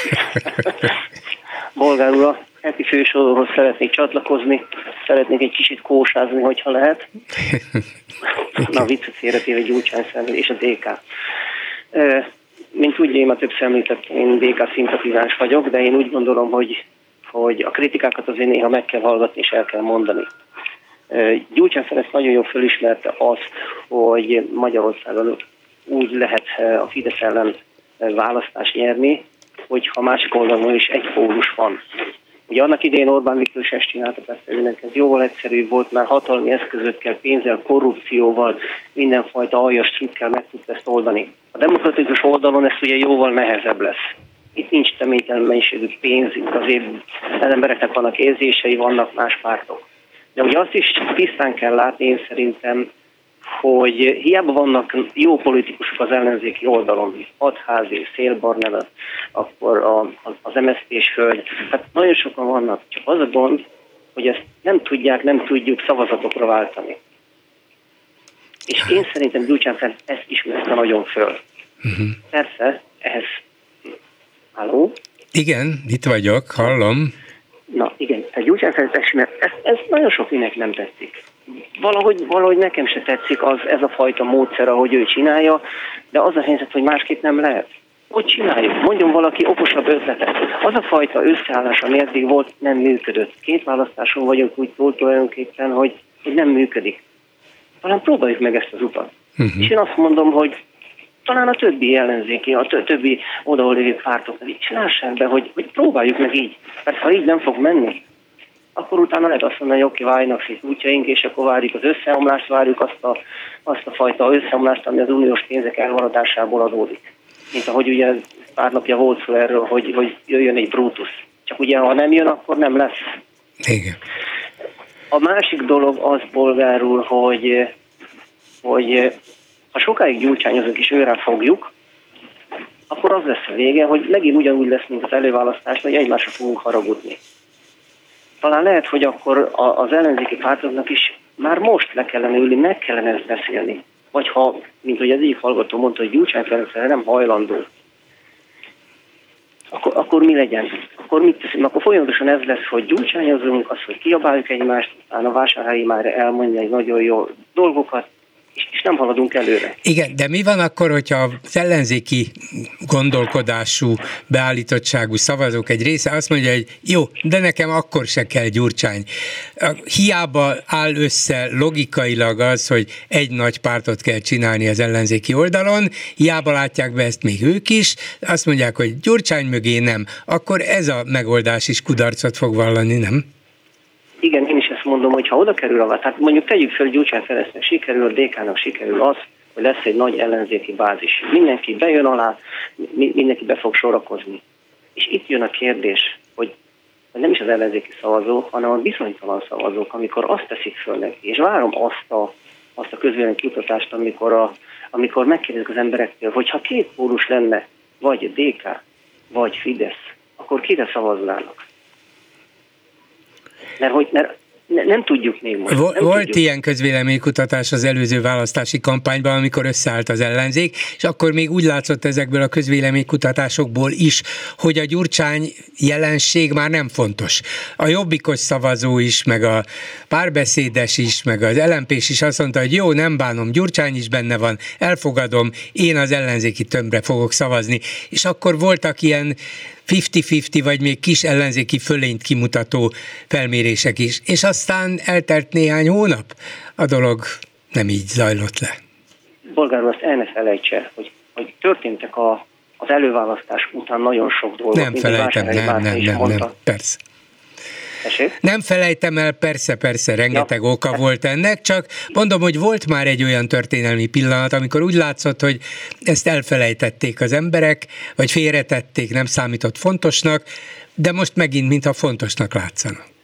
Bolgár úr, a heti fősorhoz szeretnék csatlakozni, szeretnék egy kicsit kósázni, hogyha lehet. Na, viccet félretéve Gyurcsány szemlél és a dé ká. Mint tudja, én már többször említettem, én dé ká szimpatizáns vagyok, de én úgy gondolom, hogy, hogy a kritikákat azért néha meg kell hallgatni és el kell mondani. Gyurcsány Ferenc nagyon jól fölismerte azt, hogy Magyarországon úgy lehet a Fidesz ellen választást nyerni, hogyha másik oldalon is egy pólus van. Ugye annak idején Orbán Viktor is ezt csinálta, persze őnek ez jóval egyszerűbb volt, már hatalmi eszközökkel, pénzzel, korrupcióval, mindenfajta aljas trükkel meg tudta ezt oldani. A demokratikus oldalon ez ugye jóval nehezebb lesz. Itt nincs temétlen mennyiségű pénz, itt azért az embereknek vannak érzései, vannak más pártok. De ugye azt is tisztán kell látni, én szerintem, hogy hiába vannak jó politikusok az ellenzéki oldalon, Hadházi, Szél-Barnella, akkor a, az em es zé pés Föld, hát nagyon sokan vannak, csak az a gond, hogy ezt nem tudják, nem tudjuk szavazatokra váltani. És én szerintem Gyurcsány Ferenc ezt ismerte nagyon föl. Uh-huh. Persze, ehhez... Halló? Igen, itt vagyok, hallom. Na igen, tehát Gyurcsány Ferenc ezt, ezt, ez nagyon sok mindenki nem tetszik. Valahogy, valahogy nekem se tetszik az, ez a fajta módszer, ahogy ő csinálja, de az a helyzet, hogy másképp nem lehet. Hogy csináljuk? Mondjon valaki okosabb ötletet. Az a fajta összeállás, ami eddig volt, nem működött. Két választáson vagyunk úgy túl tulajdonképpen, hogy, hogy nem működik. Talán próbáljuk meg ezt az utat. Uh-huh. És én azt mondom, hogy talán a többi ellenzéki, a többi odaol lévő pártoknak így csinássák be, hogy, hogy próbáljuk meg így. Mert ha így nem fog menni, akkor utána lehet azt mondani, hogy oké, váljanak szét útjaink, és akkor várjuk az összeomlást, várjuk azt a, azt a fajta összeomlást, ami az uniós pénzek elmaradásából adódik. Mint ahogy ugye pár napja volt szó erről, hogy, hogy jöjjön egy Brutus. Csak ugye, ha nem jön, akkor nem lesz. Igen. A másik dolog az, bolgár úr, hogy, hogy ha sokáig gyurcsányozunk és őre fogjuk, akkor az lesz a vége, hogy megint ugyanúgy lesz, mint az előválasztás, hogy egymásra fogunk haragudni. Talán lehet, hogy akkor az ellenzéki pártoknak is már most le kellene ülni, meg kellene ezt beszélni. Vagy ha, mint hogy az egyik hallgató mondta, hogy Gyurcsány Ferencre nem hajlandó, akkor, akkor mi legyen? Akkor mit teszünk? Akkor folyamatosan ez lesz, hogy gyurcsányozunk, az, hogy kiabáljuk egymást, utána a Vásárhelyi már elmondja egy nagyon jó dolgokat, és, és nem haladunk előre. Igen, de mi van akkor, hogyha az ellenzéki gondolkodású, beállítottságú szavazók egy része azt mondja, hogy jó, de nekem akkor se kell Gyurcsány. Hiába áll össze logikailag az, hogy egy nagy pártot kell csinálni az ellenzéki oldalon, hiába látják be ezt még ők is, azt mondják, hogy Gyurcsány mögé nem, akkor ez a megoldás is kudarcot fog vallani, nem? Igen, én is ezt mondom, hogy ha oda kerül a... Tehát mondjuk tegyük fel, hogy Gyurcsány Ferencnek sikerül, a dé ká-nak sikerül az, hogy lesz egy nagy ellenzéki bázis. Mindenki bejön alá, mindenki be fog sorakozni. És itt jön a kérdés, hogy nem is az ellenzéki szavazók, hanem a bizonytalan szavazók, amikor azt teszik föl neki, és várom azt a, azt a közvéleménykutatást, amikor, a, amikor megkérdezik az emberektől, hogy ha két pólus lenne, vagy dé ká, vagy Fidesz, akkor kire szavaznának? Mert hogy mert ne, nem tudjuk még most. Volt tudjuk. Ilyen közvéleménykutatás az előző választási kampányban, amikor összeállt az ellenzék, és akkor még úgy látszott ezekből a közvéleménykutatásokból is, hogy a Gyurcsány jelenség már nem fontos. A jobbikos szavazó is, meg a párbeszédes is, meg az el em pés is azt mondta, hogy jó, nem bánom, Gyurcsány is benne van, elfogadom, én az ellenzéki tömbre fogok szavazni. És akkor voltak ilyen fifty-fifty vagy még kis ellenzéki fölényt kimutató felmérések is. És aztán eltelt néhány hónap, a dolog nem így zajlott le. Bolgár úr, azt el ne felejtse, hogy, hogy történtek a, az előválasztás után nagyon sok dolgok. Nem felejtem, nem, nem, nem, nem, nem, persze. Esét? Nem felejtem el, persze, persze, rengeteg ja. oka volt ennek, csak mondom, hogy volt már egy olyan történelmi pillanat, amikor úgy látszott, hogy ezt elfelejtették az emberek, vagy félretették, nem számított fontosnak, de most megint, mintha fontosnak látszanak.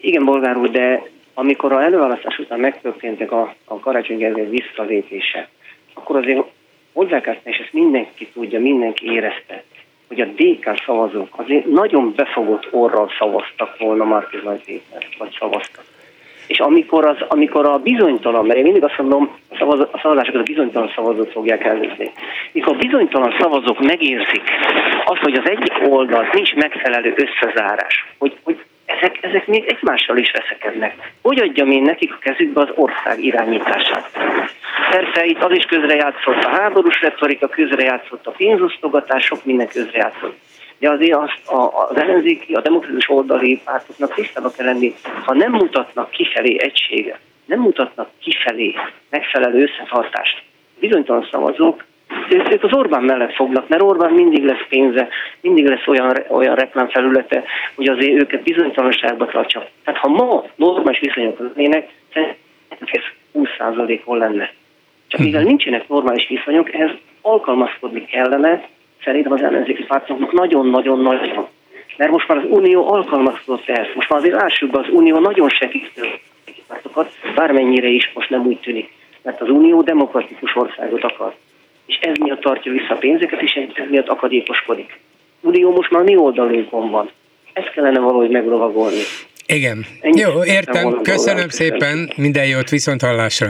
Igen, Bolgár úr, de amikor a előválasztás után megtörténtek a, a Karácsony Gergely visszalépése, akkor azért hozzá kell, és ezt mindenki tudja, mindenki érezte, hogy a dé ká szavazók azért nagyon befogott orral szavaztak volna Márki Zay Pétert, vagy szavaztak. És amikor, az, amikor a bizonytalan, mert én mindig azt mondom, a, szavaz, a szavazásokat a bizonytalan szavazók fogják elvézni. Mikor a bizonytalan szavazók megérzik azt, hogy az egyik oldalt nincs megfelelő összezárás, hogy, hogy ezek, ezek még egymással is veszekednek. Hogy adjam én nekik a kezükbe az ország irányítását? Persze itt az is közrejátszott a háborús retorika, közrejátszott a pénzosztogatás, sok minden közrejátszott. De azért azt a, az ellenzéki, a demokratikus oldali pártoknak tisztába kell lenni, ha nem mutatnak kifelé egységet, nem mutatnak kifelé megfelelő összetartást, bizonytalan szavazók, ők, ők az Orbán mellett fognak, mert Orbán mindig lesz pénze, mindig lesz olyan, olyan reklámfelülete, hogy azért őket bizonytalanságba tartsa. Tehát ha ma normális viszonyok lennének, szerintem ez húsz százalékon lenne. Csak mivel nincsenek normális viszonyok, ehhez alkalmazkodni kellene, szerintem az ellenzéki pártoknak nagyon-nagyon-nagyon. Mert most már az Unió alkalmazkodott ezt. Most már azért lássuk be, az Unió nagyon segít a pártokat, bármennyire is most nem úgy tűnik. Mert az Unió demokratikus országot akar. És ez miatt tartja vissza a pénzeket, és ez miatt akadékoskodik. Unió most már mi oldalunkon van. Ezt kellene valahogy meglovagolni. Igen. Ennyi. Jó, értem. Köszönöm szépen. Minden jót, viszont hallásra.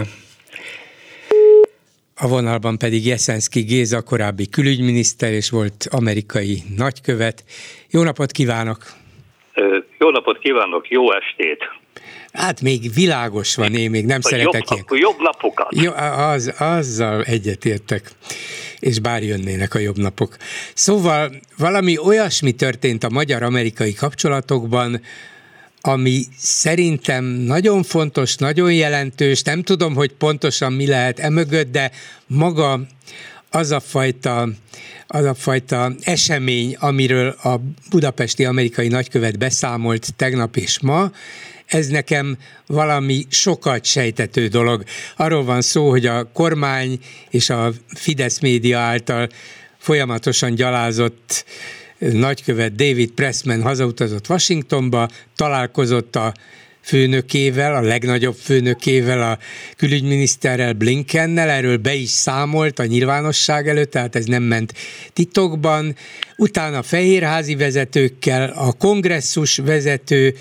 A vonalban pedig Jeszenszky Géza, korábbi külügyminiszter és volt amerikai nagykövet. Jó napot kívánok! Jó napot kívánok, jó estét! Hát még világos van, én még nem a szeretek jobb, ilyen. Jobb napokat! Jó, az, azzal egyetértek, és bár jönnének a jobb napok. Szóval valami olyasmi történt a magyar-amerikai kapcsolatokban, ami szerintem nagyon fontos, nagyon jelentős, nem tudom, hogy pontosan mi lehet emögött, de maga az a fajta, az a fajta esemény, amiről a budapesti amerikai nagykövet beszámolt tegnap és ma, ez nekem valami sokat sejtető dolog. Arról van szó, hogy a kormány és a Fidesz média által folyamatosan gyalázott nagykövet David Pressman hazautazott Washingtonba, találkozott a főnökével, a legnagyobb főnökével, a külügyminiszterrel, Blinkennel, erről be is számolt a nyilvánosság előtt, tehát ez nem ment titokban. Utána fehérházi vezetőkkel, a kongresszus vezető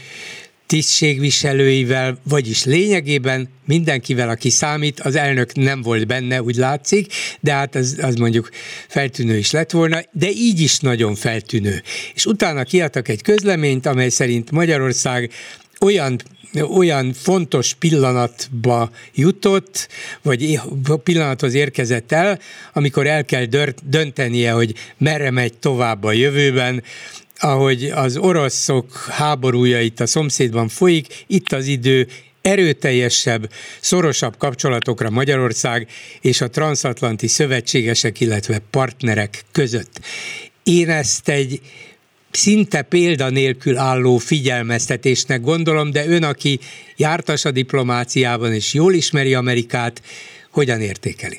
tisztségviselőivel, vagyis lényegében mindenkivel, aki számít, az elnök nem volt benne, úgy látszik, de hát az, az mondjuk feltűnő is lett volna, de így is nagyon feltűnő. És utána kiadtak egy közleményt, amely szerint Magyarország olyan olyan fontos pillanatba jutott, vagy pillanathoz érkezett el, amikor el kell döntenie, hogy merre megy tovább a jövőben, ahogy az oroszok háborúja itt a szomszédban folyik, itt az idő erőteljesebb, szorosabb kapcsolatokra Magyarország és a transzatlanti szövetségesek, illetve partnerek között. Én ezt egy szinte példa nélkül álló figyelmeztetésnek gondolom, de ön, aki jártas a diplomáciában és jól ismeri Amerikát, hogyan értékeli?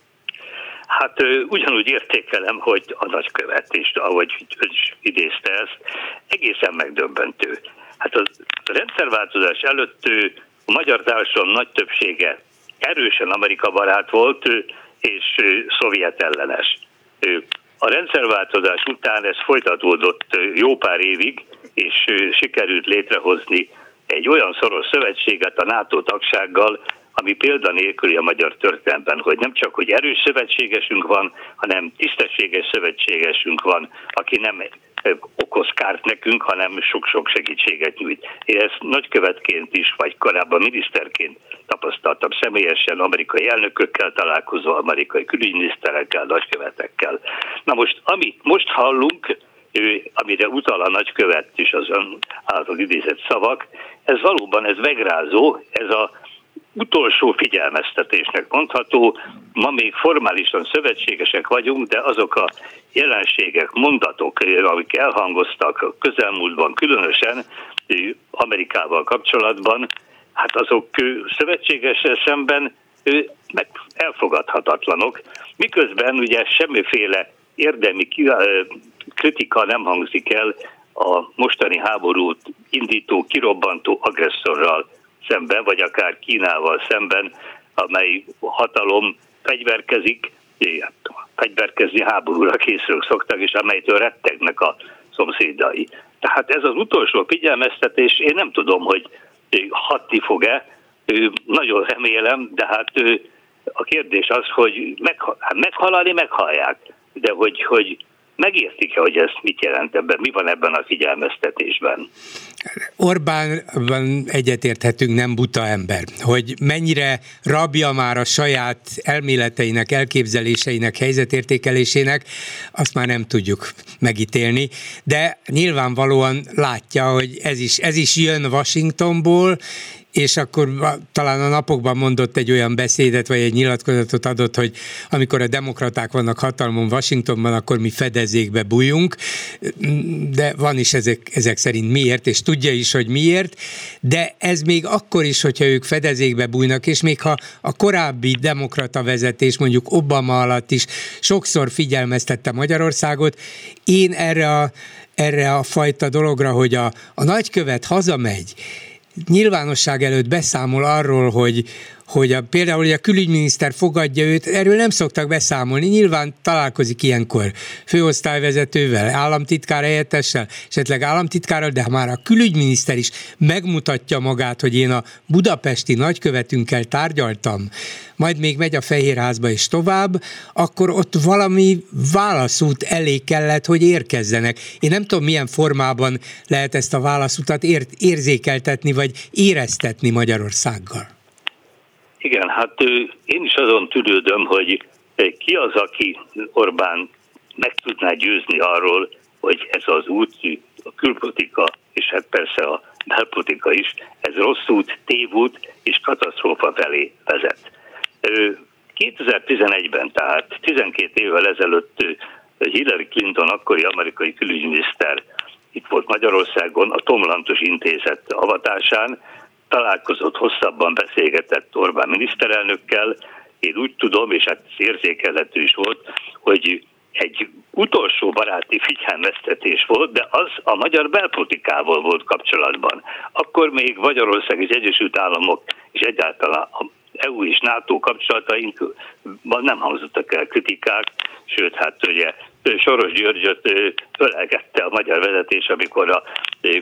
Hát ugyanúgy értékelem, hogy a nagykövet is, ahogy ön is idézte ezt, egészen megdöbbentő. Hát a rendszerváltozás előtt a magyar társadalom nagy többsége erősen Amerika barát volt, és szovjet ellenes. A rendszerváltozás után ez folytatódott jó pár évig, és sikerült létrehozni egy olyan szoros szövetséget a NATO tagsággal, ami példanélküli a magyar történelemben, hogy nem csak, hogy erős szövetségesünk van, hanem tisztességes szövetségesünk van, aki nem okoz kárt nekünk, hanem sok-sok segítséget nyújt. Én ezt nagykövetként is, vagy korábban miniszterként tapasztaltam személyesen, amerikai elnökökkel találkozva, amerikai külügyminiszterekkel, nagykövetekkel. Na most, amit most hallunk, amire utal a nagykövet is az ön által idézett szavak, ez valóban ez megrázó, ez a utolsó figyelmeztetésnek mondható. Ma még formálisan szövetségesek vagyunk, de azok a jelenségek, mondatok, amik elhangoztak a közelmúltban, különösen Amerikával kapcsolatban, hát azok szövetségessel szemben meg elfogadhatatlanok. Miközben ugye semmiféle érdemi kritika nem hangzik el a mostani háborút indító, kirobbantó agresszorral szemben, vagy akár Kínával szemben, amely hatalom fegyverkezik, fegyverkezni háborúra készülők szoktak, és amelytől rettegnek a szomszédai. Tehát ez az utolsó figyelmeztetés, én nem tudom, hogy hatni fog-e, nagyon remélem, de hát a kérdés az, hogy meghalani meghallják, de hogy, hogy megértik-e, hogy ez mit jelent ebben, mi van ebben a figyelmeztetésben? Orbánban egyetérthetünk, nem buta ember. Hogy mennyire rabja már a saját elméleteinek, elképzeléseinek, helyzetértékelésének, azt már nem tudjuk megítélni, de nyilvánvalóan látja, hogy ez is, ez is jön Washingtonból, és akkor talán a napokban mondott egy olyan beszédet, vagy egy nyilatkozatot adott, hogy amikor a demokraták vannak hatalmon Washingtonban, akkor mi fedezékbe bújunk, de van is ezek, ezek szerint miért, és tudja is, hogy miért, de ez még akkor is, hogyha ők fedezékbe bújnak, és még ha a korábbi demokrata vezetés, mondjuk Obama alatt is sokszor figyelmeztette Magyarországot, én erre a, erre a fajta dologra, hogy a, a nagykövet hazamegy, nyilvánosság előtt beszámol arról, hogy, hogy a, például hogy a külügyminiszter fogadja őt, erről nem szoktak beszámolni, nyilván találkozik ilyenkor főosztályvezetővel, államtitkár helyettessel, esetleg államtitkárral, de már a külügyminiszter is megmutatja magát, hogy én a budapesti nagykövetünkkel tárgyaltam, majd még megy a Fehérházba és tovább, akkor ott valami válaszút elé kellett, hogy érkezzenek. Én nem tudom, milyen formában lehet ezt a válaszutat ért, érzékeltetni, vagy éreztetni Magyarországgal. Igen, hát én is azon tűrődöm, hogy ki az, aki Orbán meg tudná győzni arról, hogy ez az út, a külpolitika, és hát persze a belpolitika is, ez rossz út, tévút és katasztrófa felé vezet. kétezer-tizenegyben, tehát tizenkét évvel ezelőtt Hillary Clinton, akkori amerikai külügyminiszter itt volt Magyarországon a Tom Lantos intézet avatásán, találkozott, hosszabban beszélgetett Orbán miniszterelnökkel. Én úgy tudom, és hát érzékelhető is volt, hogy egy utolsó baráti figyelmeztetés volt, de az a magyar belpolitikával volt kapcsolatban. Akkor még Magyarország és Egyesült Államok és egyáltalán a é u és NATO kapcsolatainkban nem hangzottak el kritikák, sőt, hát ugye Soros Györgyöt ölelgette a magyar vezetés, amikor a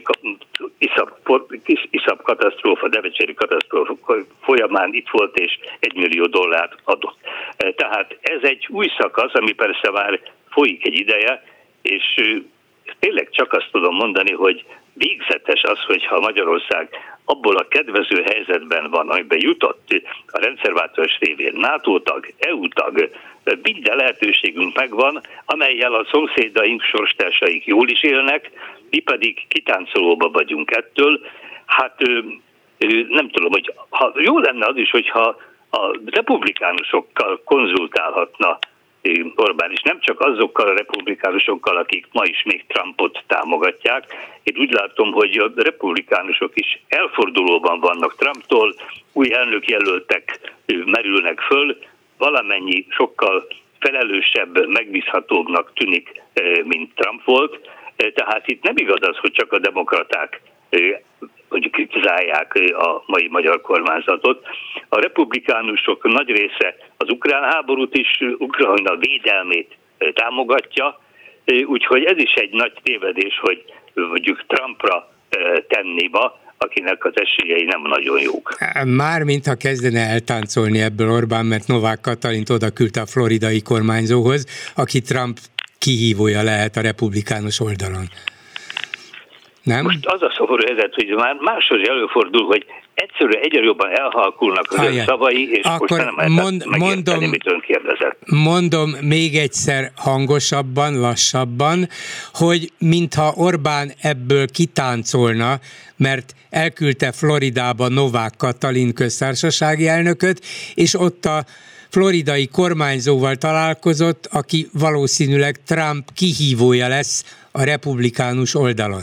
iszap katasztrófa, debecseri katasztrófa folyamán itt volt, és egy millió dollárt adott. Tehát ez egy új szakasz, ami persze már folyik egy ideje, és tényleg csak azt tudom mondani, hogy végzetes az, hogyha Magyarország abból a kedvező helyzetben van, amiben jutott a rendszerváltás révén, NATO tag, é u tag, minden lehetőségünk megvan, amellyel a szomszédaink, sorstársaik jól is élnek, mi pedig kitáncolóba vagyunk ettől. Hát nem tudom, hogy ha jó lenne az is, hogyha a republikánusokkal konzultálhatna Orbán is, nem csak azokkal a republikánusokkal, akik ma is még Trumpot támogatják. Én úgy látom, hogy a republikánusok is elfordulóban vannak Trumptól, új elnökjelöltek merülnek föl, valamennyi sokkal felelősebb, megbízhatóbbnak tűnik, mint Trump volt. Tehát itt nem igaz az, hogy csak a demokraták hogy kritizálják a mai magyar kormányzatot. A republikánusok nagy része az ukrán háborút is, Ukrajna védelmét támogatja, úgyhogy ez is egy nagy tévedés, hogy mondjuk Trumpra tenni ma, akinek az esélyei nem nagyon jók. Már mintha kezdene eltáncolni ebből Orbán, mert Novák Katalint oda küldte a floridai kormányzóhoz, aki Trump kihívója lehet a republikánus oldalon. Nem? Most az a szomorú helyzet, hogy már máshogy előfordul, hogy egyszerűen egyre jobban elhalkulnak az ön szavai, és akkor most nem mond, mondom, mit ön kérdezett. Mondom még egyszer hangosabban, lassabban, hogy mintha Orbán ebből kitáncolna, mert elküldte Floridába Novák Katalin köztársasági elnököt, és ott a floridai kormányzóval találkozott, aki valószínűleg Trump kihívója lesz a republikánus oldalon.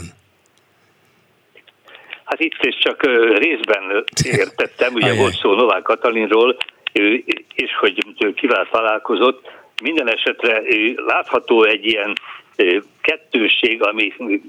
Hát itt is csak részben értettem, ugye Ajaj. volt szó Novák Katalinról, és hogy kivel találkozott. Minden esetre látható egy ilyen kettősség, ami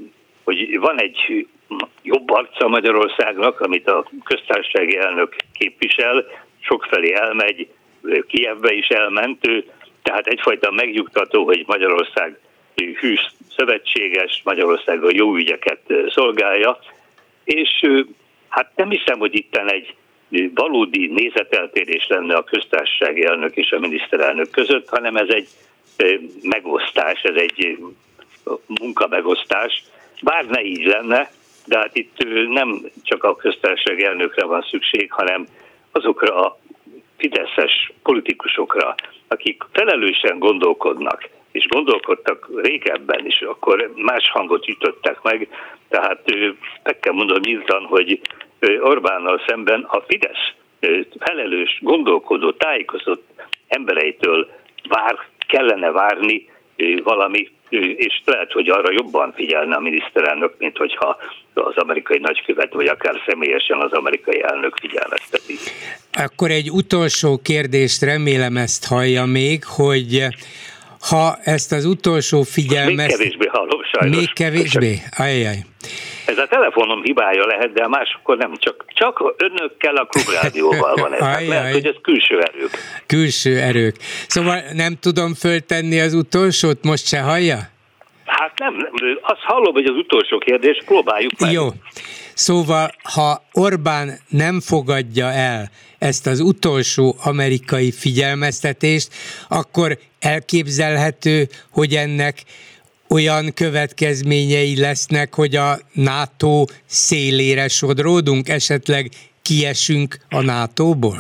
hogy van egy jobb arca Magyarországnak, amit a köztársasági elnök képvisel, sokfelé elmegy, Kijevbe is elment, tehát egyfajta megnyugtató, hogy Magyarország hű szövetséges, Magyarország a jó ügyeket szolgálja, és hát nem hiszem, hogy itten egy valódi nézeteltérés lenne a köztársasági elnök és a miniszterelnök között, hanem ez egy megosztás, ez egy munkamegosztás. Bár ne így lenne, de hát itt nem csak a köztársasági elnökre van szükség, hanem azokra a fideszes politikusokra, akik felelősen gondolkodnak, és gondolkodtak régebben is, akkor más hangot ütöttek meg, tehát meg kell mondom nyíltan, hogy Orbánnal szemben a Fidesz felelős, gondolkodó, tájékozott embereitől vár, kellene várni valami, és lehet, hogy arra jobban figyelne a miniszterelnök, mint hogyha az amerikai nagykövet, vagy akár személyesen az amerikai elnök figyelmezteti. Akkor egy utolsó kérdést, remélem ezt hallja még, hogy ha ezt az utolsó figyelmet... Még kevésbé hallom, sajnos. Még kevésbé? Ajjaj. Ez a telefonom hibája lehet, de másokkor nem. Csak, csak önökkel a klubrádióval van ez. Ajjaj. Lehet, hogy ez külső erők. Külső erők. Szóval nem tudom föltenni az utolsót, most se hallja? Hát nem, azt hallom, hogy az utolsó kérdés, próbáljuk meg. Jó. Szóval, ha Orbán nem fogadja el ezt az utolsó amerikai figyelmeztetést, akkor elképzelhető, hogy ennek olyan következményei lesznek, hogy a NATO szélére sodródunk, esetleg kiesünk a nátóból?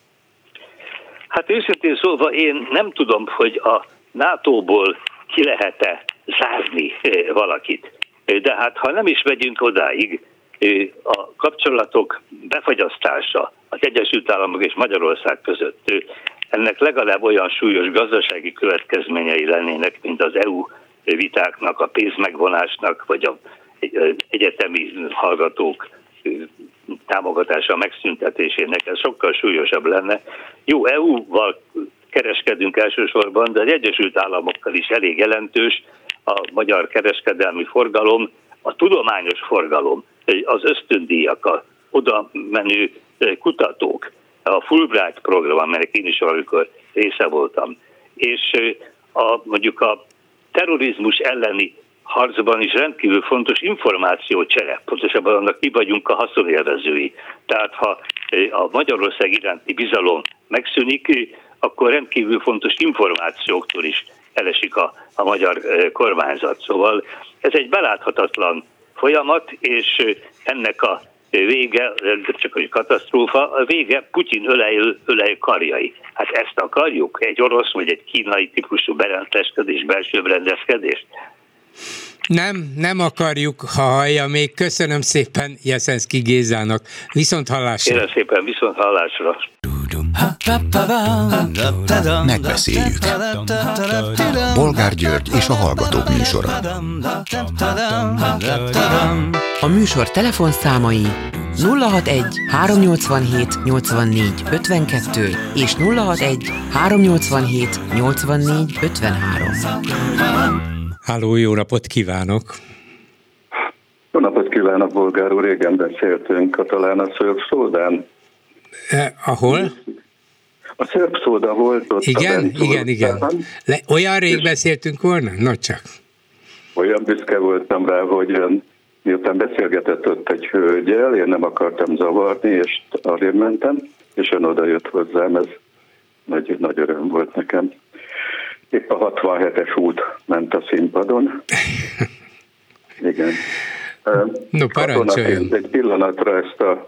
Hát őszintén szólva én nem tudom, hogy a nátóból ki lehet-e zárni valakit. De hát ha nem is megyünk odáig, a kapcsolatok befagyasztása az Egyesült Államok és Magyarország között, ennek legalább olyan súlyos gazdasági következményei lennének, mint az é u vitáknak, a pénzmegvonásnak, vagy az egyetemi hallgatók támogatása megszüntetésének, ez sokkal súlyosabb lenne. Jó, é u-val kereskedünk elsősorban, de az Egyesült Államokkal is elég jelentős a magyar kereskedelmi forgalom, a tudományos forgalom, az ösztöndíjak, a oda menő kutatók, a Fulbright program, amelynek én is valamikor része voltam, és a, mondjuk a terrorizmus elleni harcban is rendkívül fontos információcsere, pontosabban annak mi vagyunk a haszonélvezői. Tehát ha a Magyarország iránti bizalom megszűnik, akkor rendkívül fontos információktól is elesik a, a magyar kormányzat. Szóval ez egy beláthatatlan folyamat, és ennek a vége, csak egy katasztrófa, a vége Putyin ölej, ölej karjai. Hát ezt akarjuk? Egy orosz vagy egy kínai típusú berendezkedés, belső berendezkedést? Nem, nem akarjuk, ha hallja még. Köszönöm szépen Jeszenszky Gézának. Viszont hallásra. Kérem szépen, viszont hallásra. Megbeszéljük. Bolgár György és a Hallgatók műsora. A műsor telefonszámai nulla hatvanegy háromnyolcvanhét nyolcvannégy ötvenkettő és nulla hatvanegy háromnyolcvanhét nyolcvannégy ötvenhárom. Háló, jó napot kívánok! Jó napot kívánok, Bolgár úr, régen beszéltünk, talán a szörp szódán. Eh, ahol? A szörp szóda volt ott. Igen, igen, igen. Le, olyan rég beszéltünk volna? Na csak. Olyan büszke voltam rá, hogy miután beszélgetett ott egy hölgyel, én nem akartam zavarni, és arrébb mentem, és ön oda jött hozzám, ez nagy, nagy öröm volt nekem. Épp a hatvanhetes út ment a színpadon. Igen. No, parancsoljon. Egy pillanatra ezt a,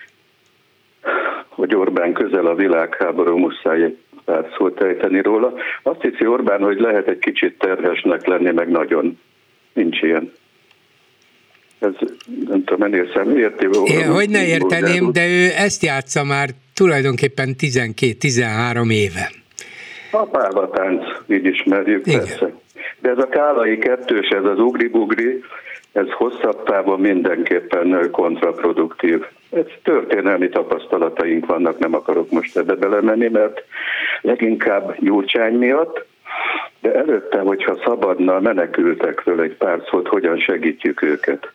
hogy Orbán közel a világháború, muszáj pár szót ejteni róla. Azt hiszi Orbán, hogy lehet egy kicsit terhesnek lenni, meg nagyon. Nincs ilyen. Ez nem tudom, ennél szemérti. Hogy ne érteném, de ő ezt játsza már tulajdonképpen tizenkét-tizenhárom éve. A pávatánc, így ismerjük, igen. Persze. De ez a kálai kettős, ez az ugri-bugri, ez hosszabb távon mindenképpen kontraproduktív. Ez történelmi tapasztalataink vannak, nem akarok most ebbe belemenni, mert leginkább Gyurcsány miatt, De előtte, hogyha szabadna a menekültekről egy pár szót, hogyan segítjük őket.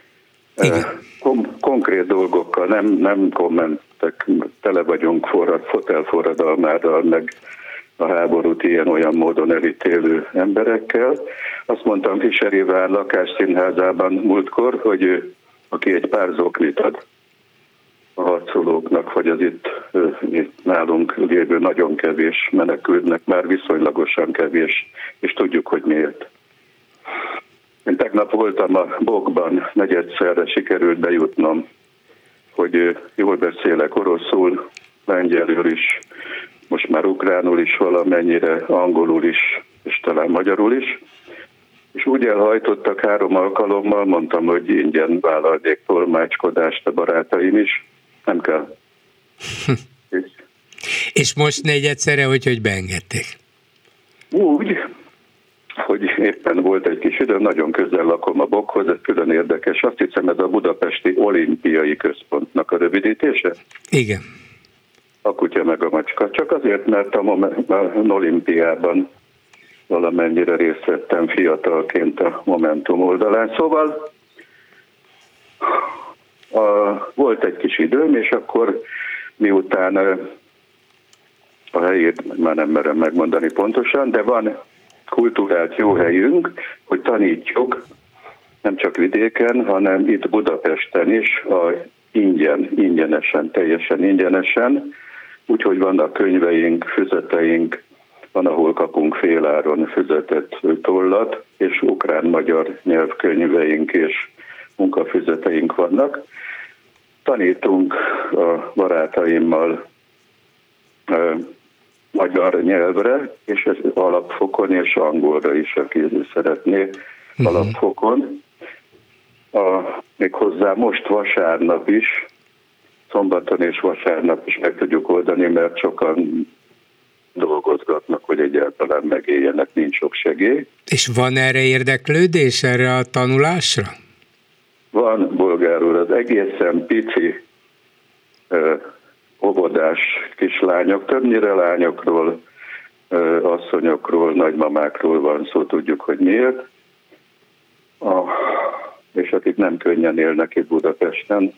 Kon- konkrét dolgokkal, nem, nem kommentek, tele vagyunk forrad, fotelforradalmára, meg a háborút ilyen-olyan módon elítélő emberekkel. Azt mondtam Fiserivár lakásszínházában múltkor, hogy ő, aki egy pár zoknit ad a harcolóknak, hogy az itt, itt nálunk lévő nagyon kevés menekültnek már viszonylagosan kevés, és tudjuk, hogy miért. Én tegnap voltam a Bokban, negyedszerre sikerült bejutnom, hogy jól beszélek oroszul, lengyelül is, most már ukránul is valamennyire, angolul is, és talán magyarul is. És úgy elhajtottak három alkalommal, mondtam, hogy ingyen vállalnék tolmácskodást a barátaim is. Nem kell. és, és most negyedszerre, hogy hogy beengedték? Úgy, hogy éppen volt egy kis idő, nagyon közel lakom a Bokhoz, ez külön érdekes. Azt hiszem, ez a Budapesti Olimpiai Központnak a rövidítése. Igen. A kutya meg a macska. Csak azért, mert a Moment olimpiában valamennyire részt vettem fiatalként a Momentum oldalán. Szóval a, volt egy kis időm, és akkor miután a helyét már nem merem megmondani pontosan, de van kultúrált jó helyünk, hogy tanítjuk nem csak vidéken, hanem itt Budapesten is a ingyen, ingyenesen, teljesen ingyenesen, úgyhogy vannak könyveink, füzeteink, van, ahol kapunk féláron füzetett tollat, és ukrán-magyar nyelvkönyveink és munkafüzeteink vannak. Tanítunk a barátaimmal ö, magyar nyelvre, és ez alapfokon és angolra is, aki szeretné uh-huh. alapfokon. A, méghozzá most vasárnap is, szombaton és vasárnap is meg tudjuk oldani, mert sokan dolgozgatnak, hogy egyáltalán megéljenek, nincs sok segély. És van erre érdeklődés, erre a tanulásra? Van, bolgár úr, az egészen pici ö, óvodás kislányok, többnyire lányokról, ö, asszonyokról, nagymamákról van szó, tudjuk, hogy miért. A, és akik nem könnyen élnek itt Budapesten.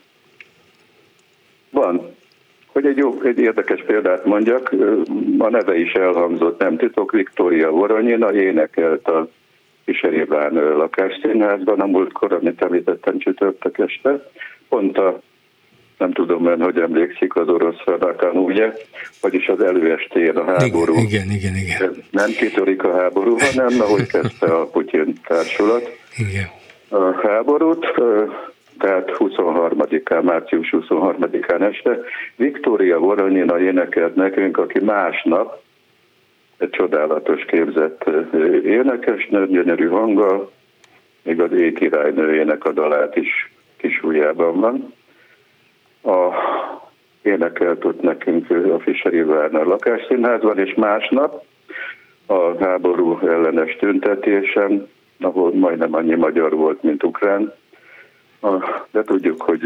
Van. Hogy egy, jó, egy érdekes példát mondjak, a neve is elhangzott, nem titok, Viktória Voronyina énekelt a Fiseriván lakásszínházban, a múltkor, amit említettem csütörtök este. Pont a, nem tudom ön, hogy emlékszik az oroszra, Rakan, ugye? Vagyis az előestén a háború. Igen, igen, igen. Nem kitörik a háború, hanem ahogy kezdte a Putyin társulat igen. a háborút. Tehát huszonharmadikán, március huszonharmadikán este Viktória Voronyina énekelt nekünk, aki másnap egy csodálatos képzett énekesnő, gyönyörű hanggal, még az Éjkirálynőjének a dalát is kis ujjában van. A, énekelt ott nekünk a Fiserivárnál lakásszínházban, és másnap a háború ellenes tüntetésen, ahol majdnem annyi magyar volt, mint ukrán, de tudjuk, hogy...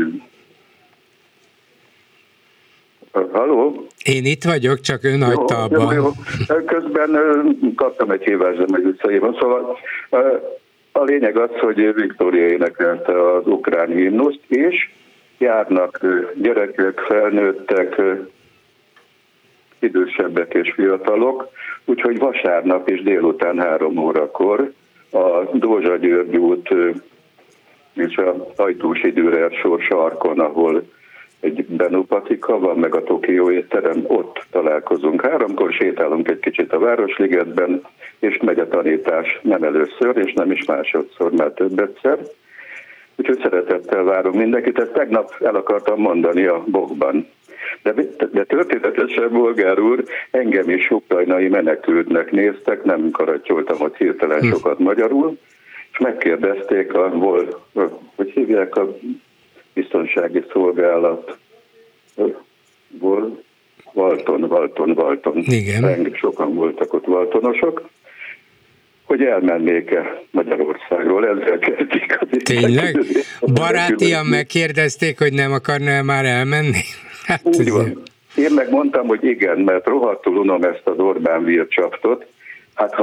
Halló? Én itt vagyok, csak ön hagyta abban. Jó, jó. Közben kaptam egy hívást a meg utcaiban, szóval a lényeg az, hogy Viktória énekelte az ukrán himnuszt, és járnak gyerekek, felnőttek, idősebbek és fiatalok, úgyhogy vasárnap és délután három órakor a Dózsa György út és a Ajtósi Dürer sor sarkon, ahol egy Benupatika van, meg a Tokió étterem, ott találkozunk. Háromkor sétálunk egy kicsit a Városligetben, és megy a tanítás nem először, és nem is másodszor, már többetszer. Úgyhogy szeretettel várom mindenkit. Ezt tegnap el akartam mondani a Bokban. De, de történetesen, bolgár úr, engem is ukrajnai menekültnek néztek, nem karattyoltam ott hirtelen sokat magyarul, és megkérdezték a, hol, hogy hívják a biztonsági szolgálat, hol, Valton, Valton, Valton. Igen. Sokan voltak ott valtonosok, hogy elmennék-e Magyarországról, ezzel kezdik. Tényleg? Barátian megkérdezték, hogy nem akarná már elmenni? Hát úgy van. Én meg mondtam, hogy igen, mert rohadtul unom ezt az Orbán vircsaftot. Hát ha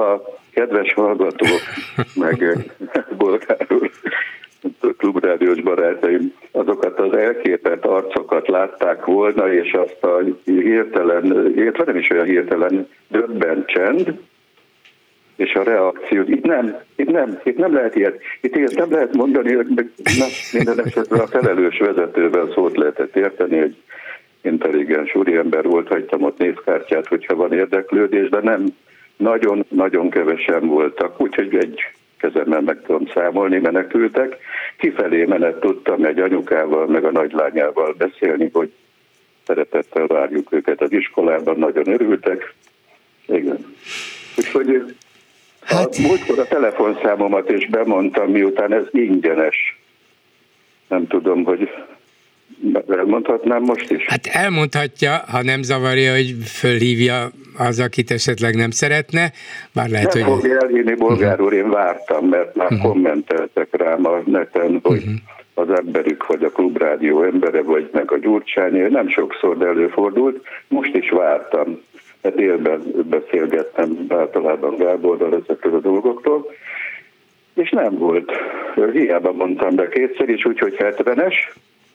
kedves hallgatók, meg Bolgár úr, klubrádiós barátaim, azokat az elképelt arcokat látták volna, és azt a hirtelen, illetve nem is olyan hirtelen, döbben csend, és a reakció, itt nem, itt nem, itt nem lehet ilyet, itt ilyet nem lehet mondani, meg minden esetben a felelős vezetővel szót lehetett érteni, hogy intelligens úriember volt, hagytam ott névkártyát, hogyha van érdeklődés, de nem, nagyon-nagyon kevesen voltak, úgyhogy egy kezemmel meg tudom számolni, menekültek. Kifelé menet tudtam egy anyukával, meg a nagylányával beszélni, hogy szeretettel várjuk őket az iskolában, nagyon örültek. Igen. Úgyhogy hát... a múltkor a telefonszámomat is bemondtam, miután ez ingyenes. Nem tudom, hogy elmondhatnám most is? Hát elmondhatja, ha nem zavarja, hogy fölhívja az, akit esetleg nem szeretne. Bár lehet, nem hogy... fogja elhinni, Bolgár úr, én vártam, mert már uh-huh. kommenteltek rám a neten, hogy uh-huh. az emberük, vagy a klubrádió embere, vagy meg a Gyurcsány, nem sokszor, de előfordult. Most is vártam. Hát délben beszélgettem általában Gáborral ezekről a dolgoktól, és nem volt. Hiába mondtam be kétszer is, úgyhogy hetvenes,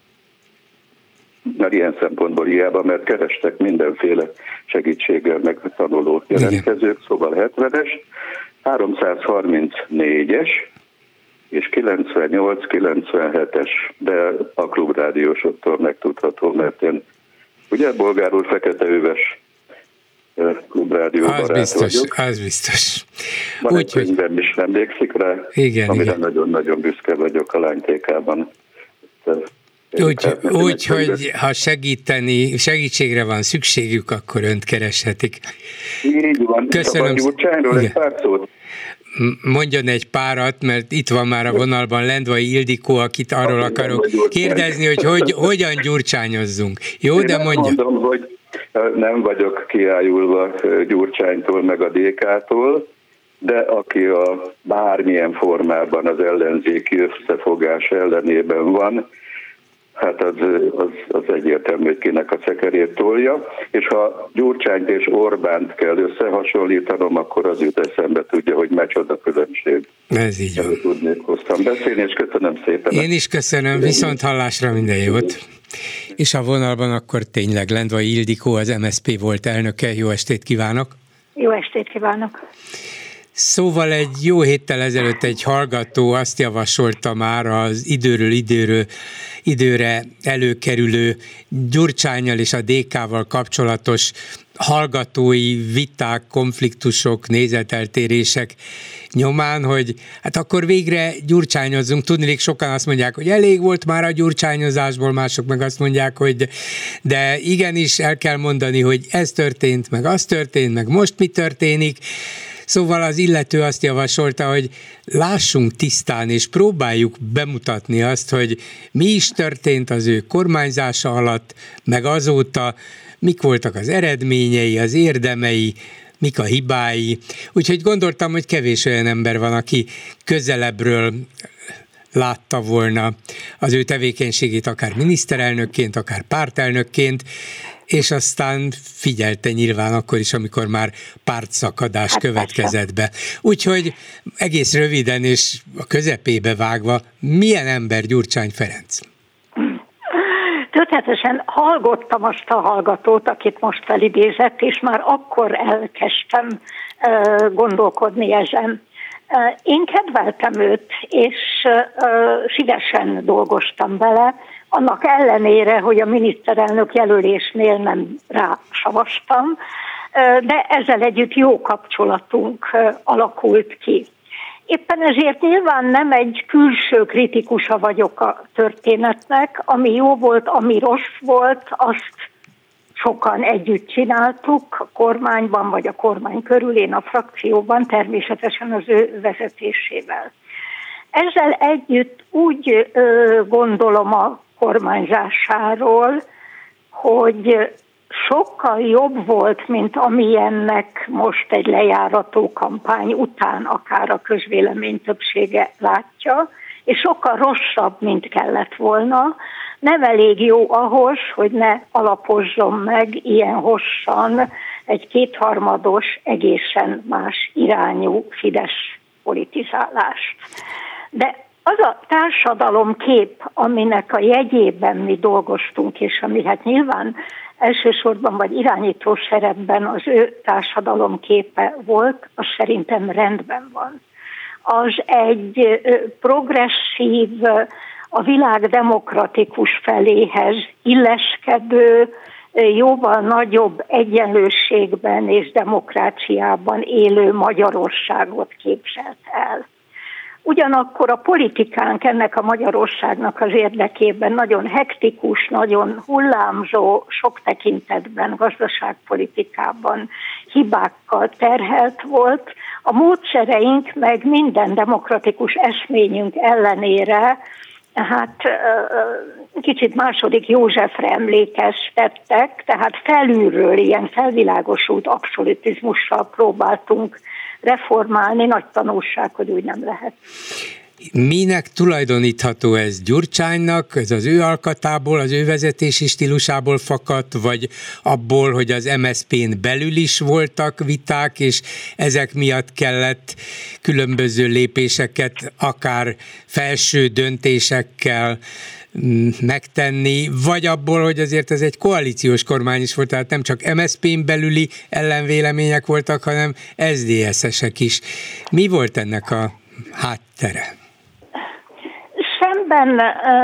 mert ilyen szempontból hiába, mert kerestek mindenféle segítséggel meg tanuló jelentkezők, szóval hetvenes, háromszázharmincnégyes és kilencvennyolc kilencvenhetes, de a klubrádiósoktól megtudható, mert én ugye Bolgár úr fekete-öves klubrádió barát biztos, vagyok. Az biztos. Van úgy, egy könyvem hogy... is, emlékszik rá, igen, amire igen. nagyon-nagyon büszke vagyok a lánytékában. Úgy, úgy hogy ha segíteni, segítségre van szükségük, akkor önt kereshetik. Így van. Köszönöm. Gyurcsányról egy pár szót. Mondjon egy párat, mert itt van már a vonalban Lendvai Ildikó, akit arról azt akarok kérdezni, hogy, hogy hogyan gyurcsányozzunk. Jó, Én de mondja. Mondom, hogy nem vagyok kiájulva Gyurcsánytól, meg a dé ká-tól, de aki a bármilyen formában az ellenzéki összefogás ellenében van, hát az, az, az egyértelmű, hogy kinek a szekerét tolja, és ha Gyurcsányt és Orbánt kell összehasonlítanom, akkor az jut eszembe, tudja, hogy mecsoda különbség. Ez így van. Tudnék hoztam beszélni, és köszönöm szépen. Én is köszönöm, viszont hallásra, minden jót. És a vonalban akkor tényleg Lendvai Ildikó, az em es zé pé volt elnöke. Jó estét kívánok! Jó estét kívánok! Szóval egy jó héttel ezelőtt egy hallgató azt javasolta már az időről időről, időre előkerülő Gyurcsánnyal és a dé ká-val kapcsolatos hallgatói viták, konfliktusok, nézeteltérések nyomán, hogy hát akkor végre gyurcsányozzunk. Tudniillik, sokan azt mondják, hogy elég volt már a gyurcsányozásból, mások meg azt mondják, hogy de igenis el kell mondani, hogy ez történt, meg az történt, meg most mi történik. Szóval az illető azt javasolta, hogy lássunk tisztán, és próbáljuk bemutatni azt, hogy mi is történt az ő kormányzása alatt, meg azóta, mik voltak az eredményei, az érdemei, mik a hibái. Úgyhogy gondoltam, hogy kevés olyan ember van, aki közelebbről látta volna az ő tevékenységét, akár miniszterelnökként, akár pártelnökként, és aztán figyelte nyilván akkor is, amikor már pártszakadás hát következett be. Úgyhogy egész röviden és a közepébe vágva, milyen ember Gyurcsány Ferenc? Történetesen hallgattam azt a hallgatót, akit most felidézett, és már akkor elkezdtem uh, gondolkodni ezen. Uh, én kedveltem őt, és uh, szívesen dolgoztam vele, annak ellenére, hogy a miniszterelnök jelölésnél nem rá szavaztam, uh, de ezzel együtt jó kapcsolatunk uh, alakult ki. Éppen ezért nyilván nem egy külső kritikusa vagyok a történetnek, ami jó volt, ami rossz volt, azt sokan együtt csináltuk a kormányban, vagy a kormány körül, én a frakcióban, természetesen az ő vezetésével. Ezzel együtt úgy ö, gondolom a kormányzásáról, hogy sokkal jobb volt, mint amilyennek most egy lejárató kampány után akár a közvélemény többsége látja, és sokkal rosszabb, mint kellett volna. Nem elég jó ahhoz, hogy ne alapozzon meg ilyen hosszan egy kétharmados, egészen más irányú Fidesz politizálást. De az a társadalomkép, aminek a jegyében mi dolgoztunk, és ami hát nyilván elsősorban vagy irányító szerepben az ő társadalomképe volt, az szerintem rendben van. Az egy progresszív, a világ demokratikus feléhez illeszkedő, jóval nagyobb egyenlőségben és demokráciában élő Magyarországot képzelt el. Ugyanakkor a politikánk ennek a Magyarországnak az érdekében nagyon hektikus, nagyon hullámzó, sok tekintetben, gazdaságpolitikában hibákkal terhelt volt. A módszereink meg minden demokratikus eszményünk ellenére, hát kicsit második Józsefre emlékeztettek, tehát felülről ilyen felvilágosult abszolutizmussal próbáltunk reformálni, nagy tanulság, hogy úgy nem lehet. Minek tulajdonítható ez? Gyurcsánynak, ez az ő alkatából, az ő vezetési stílusából fakadt, vagy abból, hogy az em es zé pén belül is voltak viták, és ezek miatt kellett különböző lépéseket, akár felső döntésekkel megtenni, vagy abból, hogy azért ez egy koalíciós kormány is volt, tehát nem csak em es zé pén belüli ellenvélemények voltak, hanem es zé dé es-esek is. Mi volt ennek a háttere? Szemben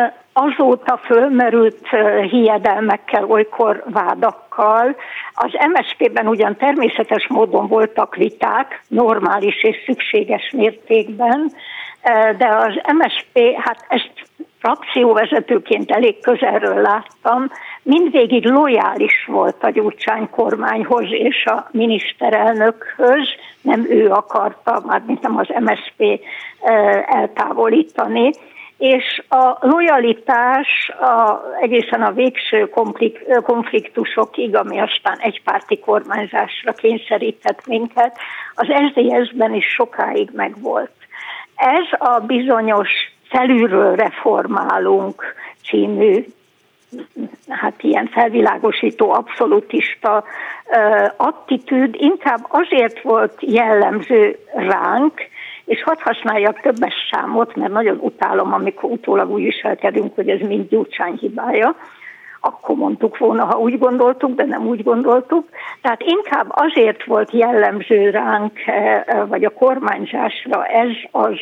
azóta fölmerült hiedelmekkel, olykor vádakkal, az em es zé pében ugyan természetes módon voltak viták, normális és szükséges mértékben, de az em es zé pé, hát ezt frakcióvezetőként elég közelről láttam, mindvégig lojális volt a Gyurcsány kormányhoz és a miniszterelnökhöz, nem ő akarta, mármint nem az em es zé pé eltávolítani, és a lojalitás a, egészen a végső konfliktusokig, ami aztán egypárti kormányzásra kényszerített minket, az es zé dé es-ben is sokáig megvolt. Ez a bizonyos felülről reformálunk című, hát ilyen felvilágosító, abszolutista uh, attitűd inkább azért volt jellemző ránk, és hadd használjak többes számot, mert nagyon utálom, amikor utólag úgy viselkedünk, hogy ez mind Gyurcsány hibája. Akkor mondtuk volna, ha úgy gondoltuk, de nem úgy gondoltuk. Tehát inkább azért volt jellemző ránk, vagy a kormányzásra ez az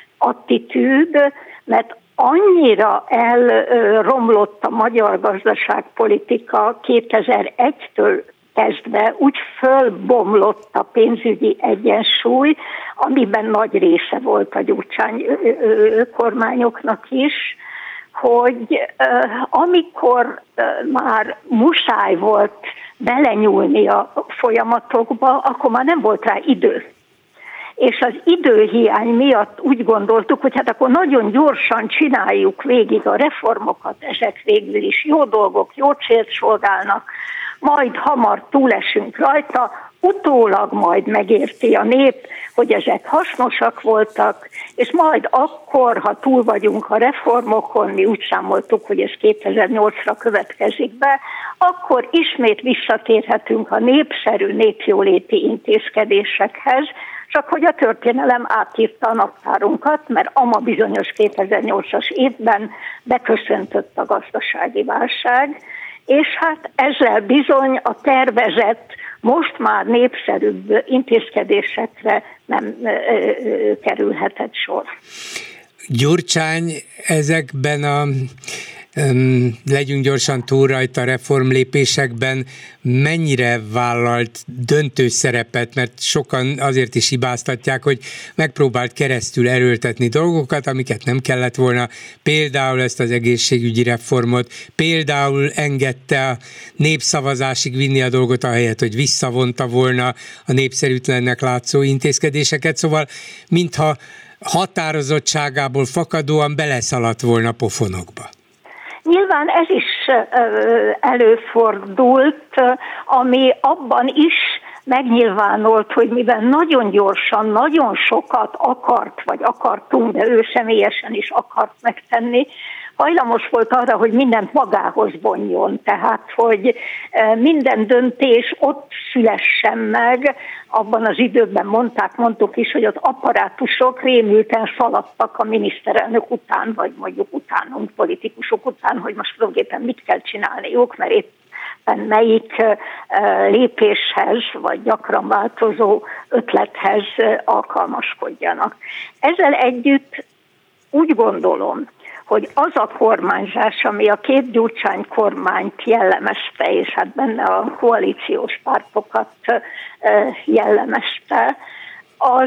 attitűd, mert annyira elromlott a magyar gazdaságpolitika kétezer-egytől kezdve, úgy fölbomlott a pénzügyi egyensúly, amiben nagy része volt a Gyurcsány kormányoknak is, hogy amikor már muszáj volt belenyúlni a folyamatokba, akkor már nem volt rá idő. És az időhiány miatt úgy gondoltuk, hogy hát akkor nagyon gyorsan csináljuk végig a reformokat, ezek végül is jó dolgok, jó célt szolgálnak, majd hamar túlesünk rajta, utólag majd megérti a nép, hogy ezek hasznosak voltak, és majd akkor, ha túl vagyunk a reformokon, mi úgy számoltuk, hogy ez kétezer-nyolcra következik be, akkor ismét visszatérhetünk a népszerű népjóléti intézkedésekhez, csak hogy a történelem átírta a naptárunkat, mert ama bizonyos kétezer-nyolcas évben beköszöntött a gazdasági válság, és hát ezzel bizony a tervezett, most már népszerűbb intézkedésekre nem ö, ö, kerülhetett sor. Gyurcsány ezekben a um, legyünk gyorsan túl rajta reformlépésekben mennyire vállalt döntő szerepet, mert sokan azért is hibáztatják, hogy megpróbált keresztül erőltetni dolgokat, amiket nem kellett volna, például ezt az egészségügyi reformot, például engedte a népszavazásig vinni a dolgot, ahelyett, hogy visszavonta volna a népszerűtlennek látszó intézkedéseket, szóval mintha határozottságából fakadóan beleszaladt volna pofonokba. Nyilván ez is előfordult, ami abban is megnyilvánult, hogy mivel nagyon gyorsan, nagyon sokat akart, vagy akartunk, de ő személyesen is akart megtenni, hajlamos volt arra, hogy mindent magához vonjon, tehát hogy minden döntés ott szülessen meg. Abban az időben mondták, mondtuk is, hogy az apparátusok rémülten szaladtak a miniszterelnök után, vagy mondjuk utánunk, politikusok után, hogy most tulajdonképpen mit kell csinálniuk, mert éppen melyik lépéshez, vagy gyakran változó ötlethez alkalmazkodjanak. Ezzel együtt úgy gondolom, hogy az a kormányzás, ami a két Gyurcsány kormányt jellemezte, és hát benne a koalíciós pártokat jellemezte, az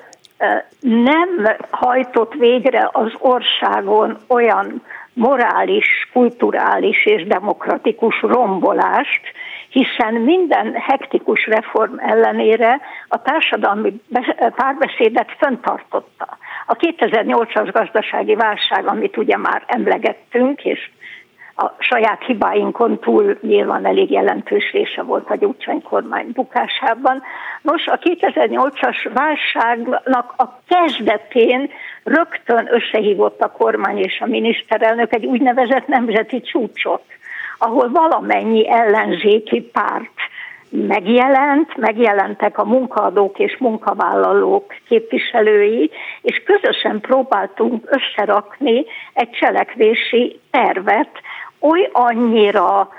nem hajtott végre az országon olyan morális, kulturális és demokratikus rombolást, hiszen minden hektikus reform ellenére a társadalmi párbeszédet fenntartotta. A kétezer-nyolcas gazdasági válság, amit ugye már emlegettünk, és a saját hibáinkon túl nyilván elég jelentős része volt a Gyurcsány kormány bukásában. Nos, a kétezer-nyolcas válságnak a kezdetén rögtön összehívott a kormány és a miniszterelnök egy úgynevezett nemzeti csúcsot, ahol valamennyi ellenzéki párt megjelent, megjelentek a munkaadók és munkavállalók képviselői, és közösen próbáltunk összerakni egy cselekvési tervet, oly annyira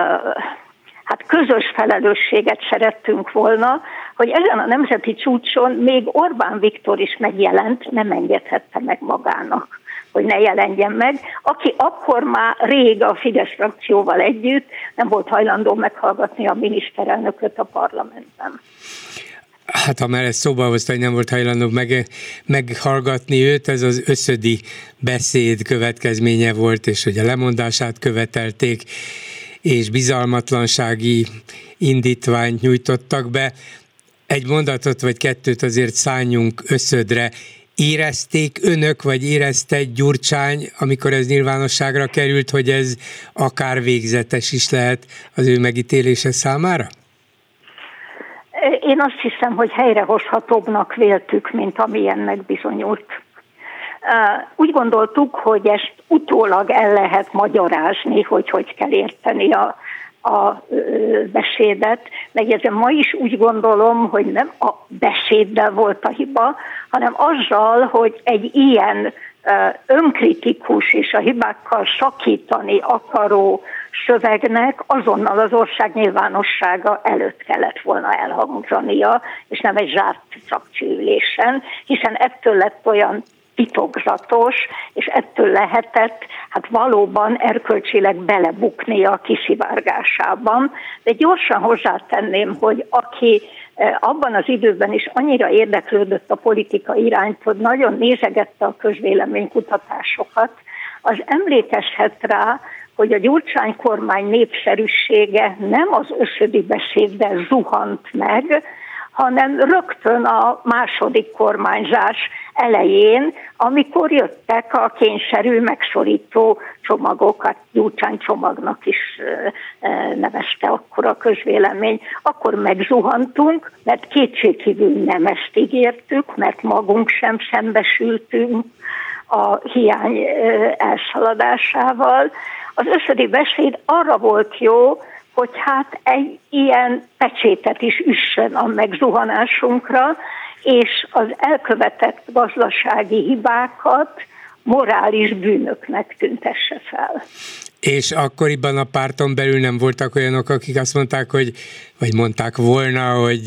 hát közös felelősséget szerettünk volna, hogy ezen a nemzeti csúcson még Orbán Viktor is megjelent, nem engedhette meg magának, hogy ne jelenjen meg, aki akkor már rég a Fidesz frakcióval együtt nem volt hajlandó meghallgatni a miniszterelnököt a parlamentben. Hát ha már ezt szóba hozta, hogy nem volt hajlandó meg, meghallgatni őt, ez az összödi beszéd következménye volt, és hogy a lemondását követelték, és bizalmatlansági indítványt nyújtottak be. Egy mondatot vagy kettőt azért szálljunk összödre. Érezték önök, vagy érezte Gyurcsány, amikor ez nyilvánosságra került, hogy ez akár végzetes is lehet az ő megítélése számára? Én azt hiszem, hogy helyrehozhatóbbnak véltük, mint amilyennek bizonyult. Úgy gondoltuk, hogy ezt utólag el lehet magyarázni, hogy hogy kell érteni a, a beszédet. Megjegyzem, ma is úgy gondolom, hogy nem a beszéddel volt a hiba, hanem azzal, hogy egy ilyen önkritikus és a hibákkal szakítani akaró szövegnek azonnal az ország nyilvánossága előtt kellett volna elhangzania, és nem egy zárt frakcióülésen, hiszen ettől lett olyan titokzatos, és ettől lehetett hát valóban erkölcsileg belebukni a kiszivárgásában. De gyorsan hozzátenném, hogy aki abban az időben is annyira érdeklődött a politika irányt, hogy nagyon nézegette a közvéleménykutatásokat, az emlékezhet rá, hogy a Gyurcsány kormány népszerűsége nem az összödi beszéddel zuhant meg, hanem rögtön a második kormányzás elején, amikor jöttek a kényszerű megszorító csomagokat, Gyurcsány csomagnak is nevezte akkor a közvélemény, akkor megzuhantunk, mert kétségkívül nem ezt ígértük, mert magunk sem szembesültünk a hiány elszaladásával. Az összödi beszéd arra volt jó, hogy hát egy ilyen pecsétet is üssön a megzuhanásunkra, és az elkövetett gazdasági hibákat morális bűnöknek tüntesse fel. És akkoriban a párton belül nem voltak olyanok, akik azt mondták, hogy, vagy mondták volna, hogy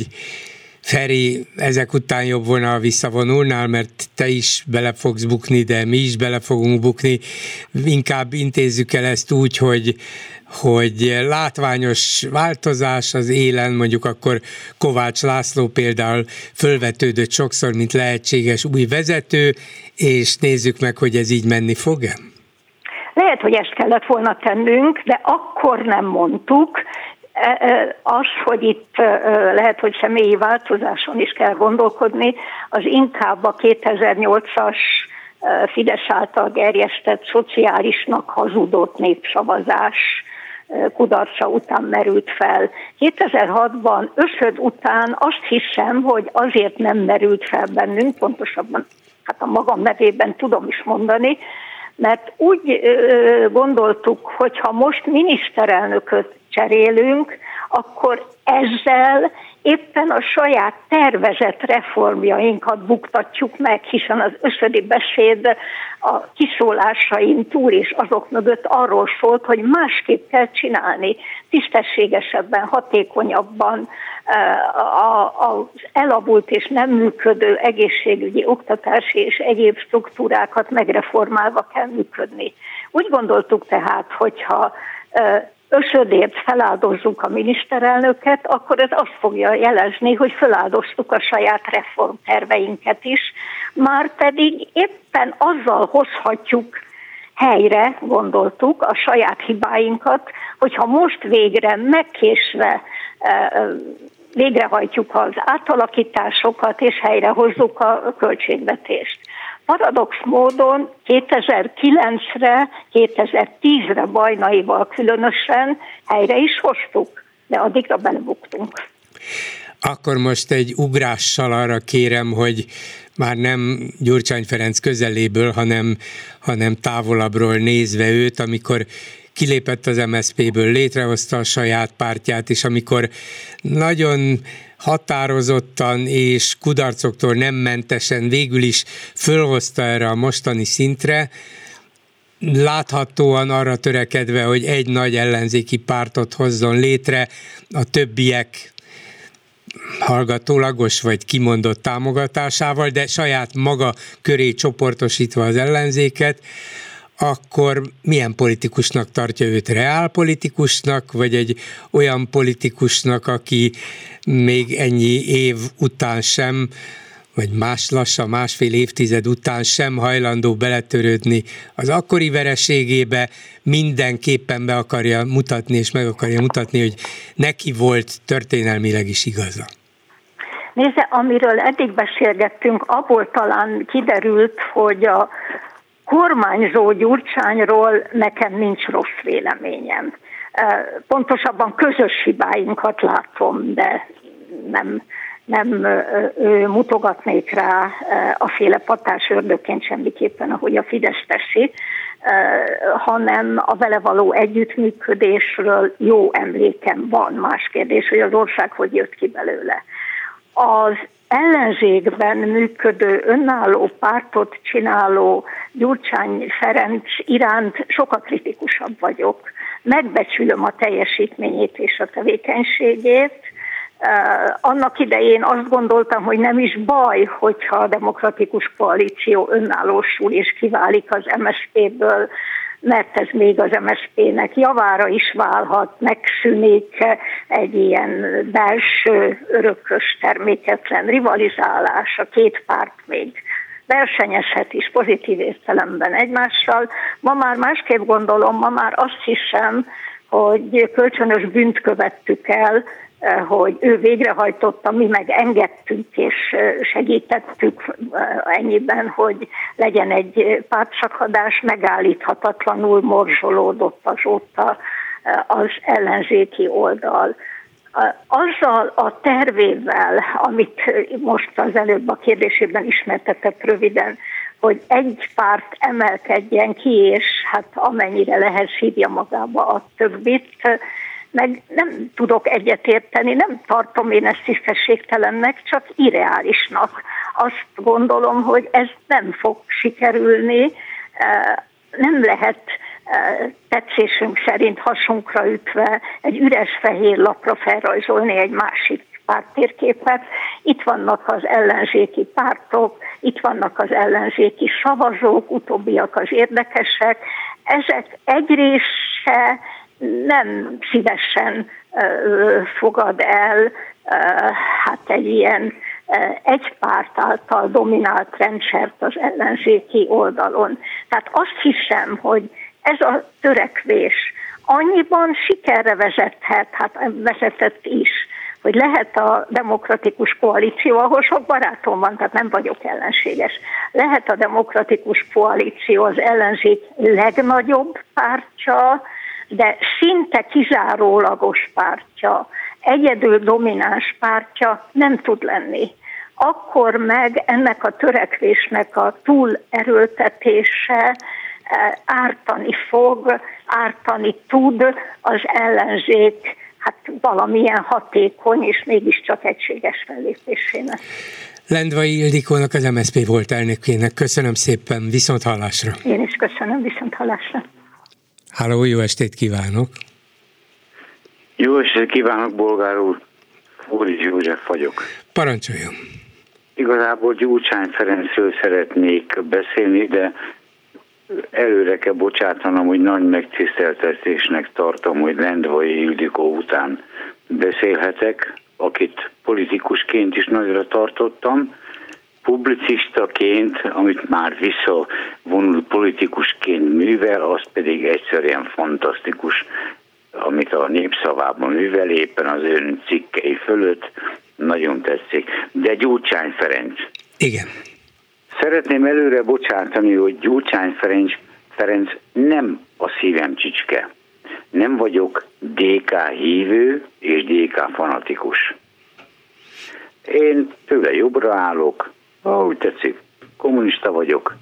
Feri, ezek után jobb volna, ha visszavonulnál, mert te is bele fogsz bukni, de mi is bele fogunk bukni. Inkább intézzük el ezt úgy, hogy, hogy látványos változás az élen, mondjuk akkor Kovács László például fölvetődött sokszor, mint lehetséges új vezető, és nézzük meg, hogy ez így menni fog-e? Lehet, hogy ezt kellett volna tennünk, de akkor nem mondtuk. Az, hogy itt lehet, hogy személyi változáson is kell gondolkodni, az inkább a kétezer-nyolcas Fidesz által gerjesztett szociálisnak hazudott népszavazás kudarca után merült fel. kétezer-hatban összöd után azt hiszem, hogy azért nem merült fel bennünk, pontosabban hát a magam nevében tudom is mondani, Mert úgy gondoltuk, hogy ha most miniszterelnököt cserélünk, akkor ezzel éppen a saját tervezett reformjainkat buktatjuk meg, hiszen az összödi beszéd a kiszólásain túl és azok mögött arról szólt, hogy másképp kell csinálni, tisztességesebben, hatékonyabban, az elavult és nem működő egészségügyi, oktatási és egyéb struktúrákat megreformálva kell működni. Úgy gondoltuk tehát, hogyha ösödért feláldozzuk a miniszterelnöket, akkor ez azt fogja jelezni, hogy feláldoztuk a saját reformterveinket is, már pedig éppen azzal hozhatjuk helyre, gondoltuk, a saját hibáinkat, hogyha most végre megkésve végrehajtjuk az átalakításokat és helyrehozzuk a költségvetést. Paradox módon kétezer-kilencre, kétezer-tízre Bajnaival különösen helyre is hoztuk, de addigra belebuktunk. Akkor most egy ugrással arra kérem, hogy már nem Gyurcsány Ferenc közeléből, hanem, hanem távolabbról nézve őt, amikor kilépett az em es zé péből, létrehozta a saját pártját, és amikor nagyon határozottan és kudarcoktól nem mentesen végül is fölhozta erre a mostani szintre, láthatóan arra törekedve, hogy egy nagy ellenzéki pártot hozzon létre, a többiek hallgatólagos vagy kimondott támogatásával, de saját maga köré csoportosítva az ellenzéket, akkor milyen politikusnak tartja őt? Reálpolitikusnak, vagy egy olyan politikusnak, aki még ennyi év után sem, vagy más lassan, másfél évtized után sem hajlandó beletörődni az akkori vereségébe, mindenképpen be akarja mutatni, és meg akarja mutatni, hogy neki volt történelmileg is igaza? Nézze, amiről eddig beszélgettünk, abból talán kiderült, hogy a kormányzó Gyurcsányról nekem nincs rossz véleményem. Pontosabban közös hibáinkat látom, de nem, nem mutogatnék rá a féle patás ördögként semmiképpen, ahogy a Fidesz teszi, hanem a vele való együttműködésről jó emlékem van. Más kérdés, hogy az ország hogy jött ki belőle. Az ellenzékben működő, önálló pártot csináló Gyurcsány Ferenc iránt sokkal kritikusabb vagyok. Megbecsülöm a teljesítményét és a tevékenységét. Annak idején azt gondoltam, hogy nem is baj, hogyha a Demokratikus Koalíció önállósul és kiválik az em es zé péből, mert ez még az em es zé pének javára is válhat, megszűnik egy ilyen belső, örökös, terméketlen rivalizálás, a két párt még versenyezhet is pozitív értelemben egymással. Ma már másképp gondolom, ma már azt hiszem, hogy kölcsönös bűnt követtük el, hogy ő végrehajtotta, mi meg engedtünk és segítettük ennyiben, hogy legyen egy pártszakadás, megállíthatatlanul morzsolódott azóta az ellenzéki oldal. Azzal a tervével, amit most az előbb a kérdésében ismertetett röviden, hogy egy párt emelkedjen ki, és hát amennyire lehet szívja magába a többit, meg nem tudok egyetérteni, nem tartom én ezt tisztességtelennek, csak irreálisnak. Azt gondolom, hogy ez nem fog sikerülni, nem lehet tetszésünk szerint hasunkra ütve egy üres fehér lapra felrajzolni egy másik párttérképet. Itt vannak az ellenzéki pártok, itt vannak az ellenzéki szavazók, utóbbiak az érdekesek. Ezek egy része nem szívesen uh, fogad el uh, hát egy ilyen uh, egy párt által dominált rendszert az ellenzéki oldalon. Tehát azt hiszem, hogy ez a törekvés annyiban sikerre vezethet, hát vezetett is, hogy lehet a Demokratikus Koalíció, ahol sok barátom van, tehát nem vagyok ellenséges, lehet a Demokratikus Koalíció az ellenzék legnagyobb pártja, de szinte kizárólagos pártja, egyedül domináns pártja nem tud lenni. Akkor meg ennek a törekvésnek a túlerőltetése ártani fog, ártani tud az ellenzék hát valamilyen hatékony és mégiscsak egységes fellépésének. Lendvai Ildikónak, az em es zé pé volt elnökének köszönöm szépen, viszont hallásra. Én is köszönöm, viszont hallásra. Háló, jó estét kívánok! Jó estét kívánok, bolgár úr! Fóris József vagyok. Parancsoljon! Igazából Gyurcsány Ferencről szeretnék beszélni, de előre kell bocsátanom, hogy nagy megtiszteltetésnek tartom, hogy Lendvai Ildikó után beszélhetek, akit politikusként is nagyra tartottam, publicistaként, amit már visszavonult politikusként művel, az pedig egyszerűen fantasztikus, amit a Népszavában művel, éppen az ön cikkei fölött, nagyon tetszik. De Gyurcsány Ferenc. Igen. Szeretném előre bocsátani, hogy Gyurcsány Ferenc, Ferenc nem a szívem csicske. Nem vagyok dé ká hívő és dé ká fanatikus. Én tőle jobbra állok, ahogy tetszik, kommunista vagyok.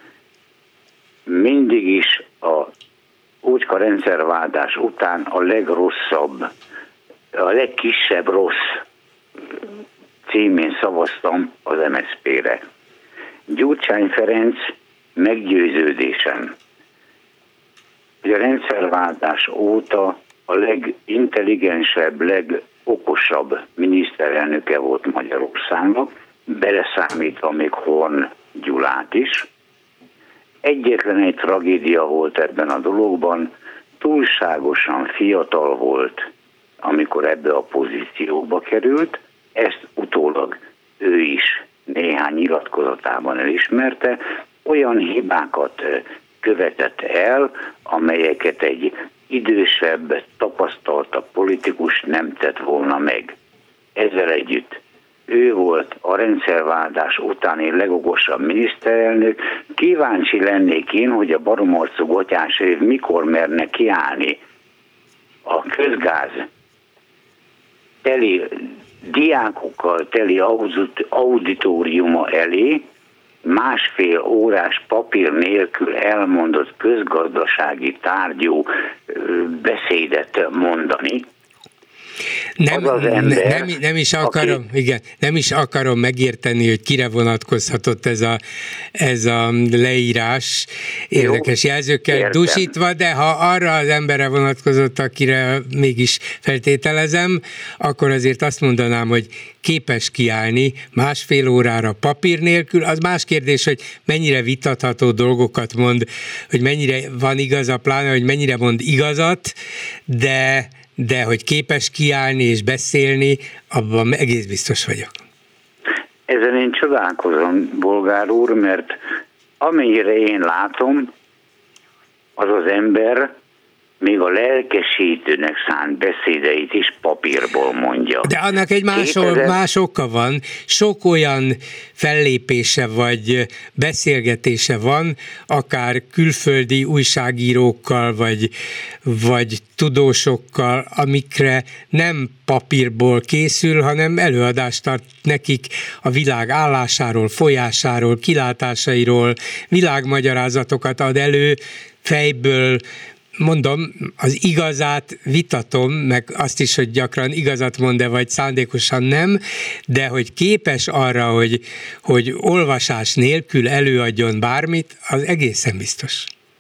Mindig is a ócska rendszerváltás után a legrosszabb, a legkisebb rossz címén szavaztam az em es zé pére. Gyurcsány Ferenc meggyőződésem, hogy a rendszerváltás óta a legintelligensebb, legokosabb miniszterelnöke volt Magyarországnak, beleszámítva még Horn Gyulát is. Egyetlen egy tragédia volt ebben a dologban, túlságosan fiatal volt, amikor ebbe a pozícióba került, ezt utólag ő is néhány nyilatkozatában elismerte, olyan hibákat követett el, amelyeket egy idősebb, tapasztaltabb politikus nem tett volna meg. Ezzel együtt ő volt a rendszerváltás utáni legokosabb miniszterelnök. Kíváncsi lennék én, hogy a baromarcú Gotyás év mikor merne kiállni a közgáz teli diákokkal teli auditoriuma elé, másfél órás papír nélkül elmondott közgazdasági tárgyú beszédet mondani. Nem, az az ember, nem, nem is akarom, aki... igen, nem is akarom megérteni, hogy kire vonatkozhatott ez a, ez a leírás, érdekes jó, jelzőkkel értem. Dusítva, de ha arra az emberre vonatkozott, akire mégis feltételezem, akkor azért azt mondanám, hogy képes kiállni másfél órára papír nélkül. Az más kérdés, hogy mennyire vitatható dolgokat mond, hogy mennyire van igaza, pláne, hogy mennyire mond igazat, de de hogy képes kiállni és beszélni, abban egész biztos vagyok. Ezen én csodálkozom, bolgár úr, mert amennyire én látom, az az ember még a lelkesítőnek szánt beszédeit is papírból mondja. De annak egy más, kétezer... más oka van. Sok olyan fellépése vagy beszélgetése van, akár külföldi újságírókkal, vagy, vagy tudósokkal, amikre nem papírból készül, hanem előadást tart nekik a világ állásáról, folyásáról, kilátásairól, világmagyarázatokat ad elő, fejből. Mondom, az igazát vitatom, meg azt is, hogy gyakran igazat mond-e, vagy szándékosan nem, de hogy képes arra, hogy, hogy olvasás nélkül előadjon bármit, az egészen biztos.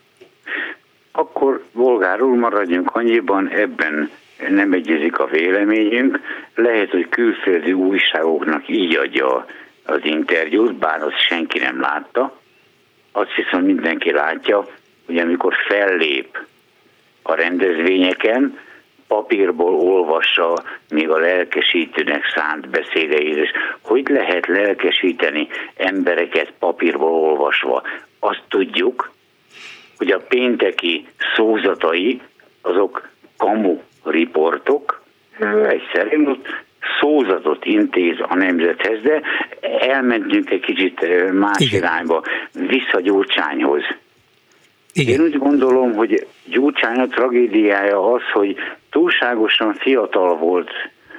Akkor, bolgár úr, maradjunk annyiban, ebben nem egyezik a véleményünk. Lehet, hogy külföldi újságoknak így adja az interjút, bár azt senki nem látta. Azt hiszem, mindenki látja, hogy amikor fellép a rendezvényeken, papírból olvassa még a lelkesítőnek szánt beszédeit, és hogy lehet lelkesíteni embereket papírból olvasva? Azt tudjuk, hogy a pénteki szózatai, azok kamu riportok, egyszerűen szózatot intéz a nemzethez, de elmentünk egy kicsit más Igen. irányba, vissza Gyurcsányhoz. Igen. Én úgy gondolom, hogy Gyurcsány a tragédiája az, hogy túlságosan fiatal volt,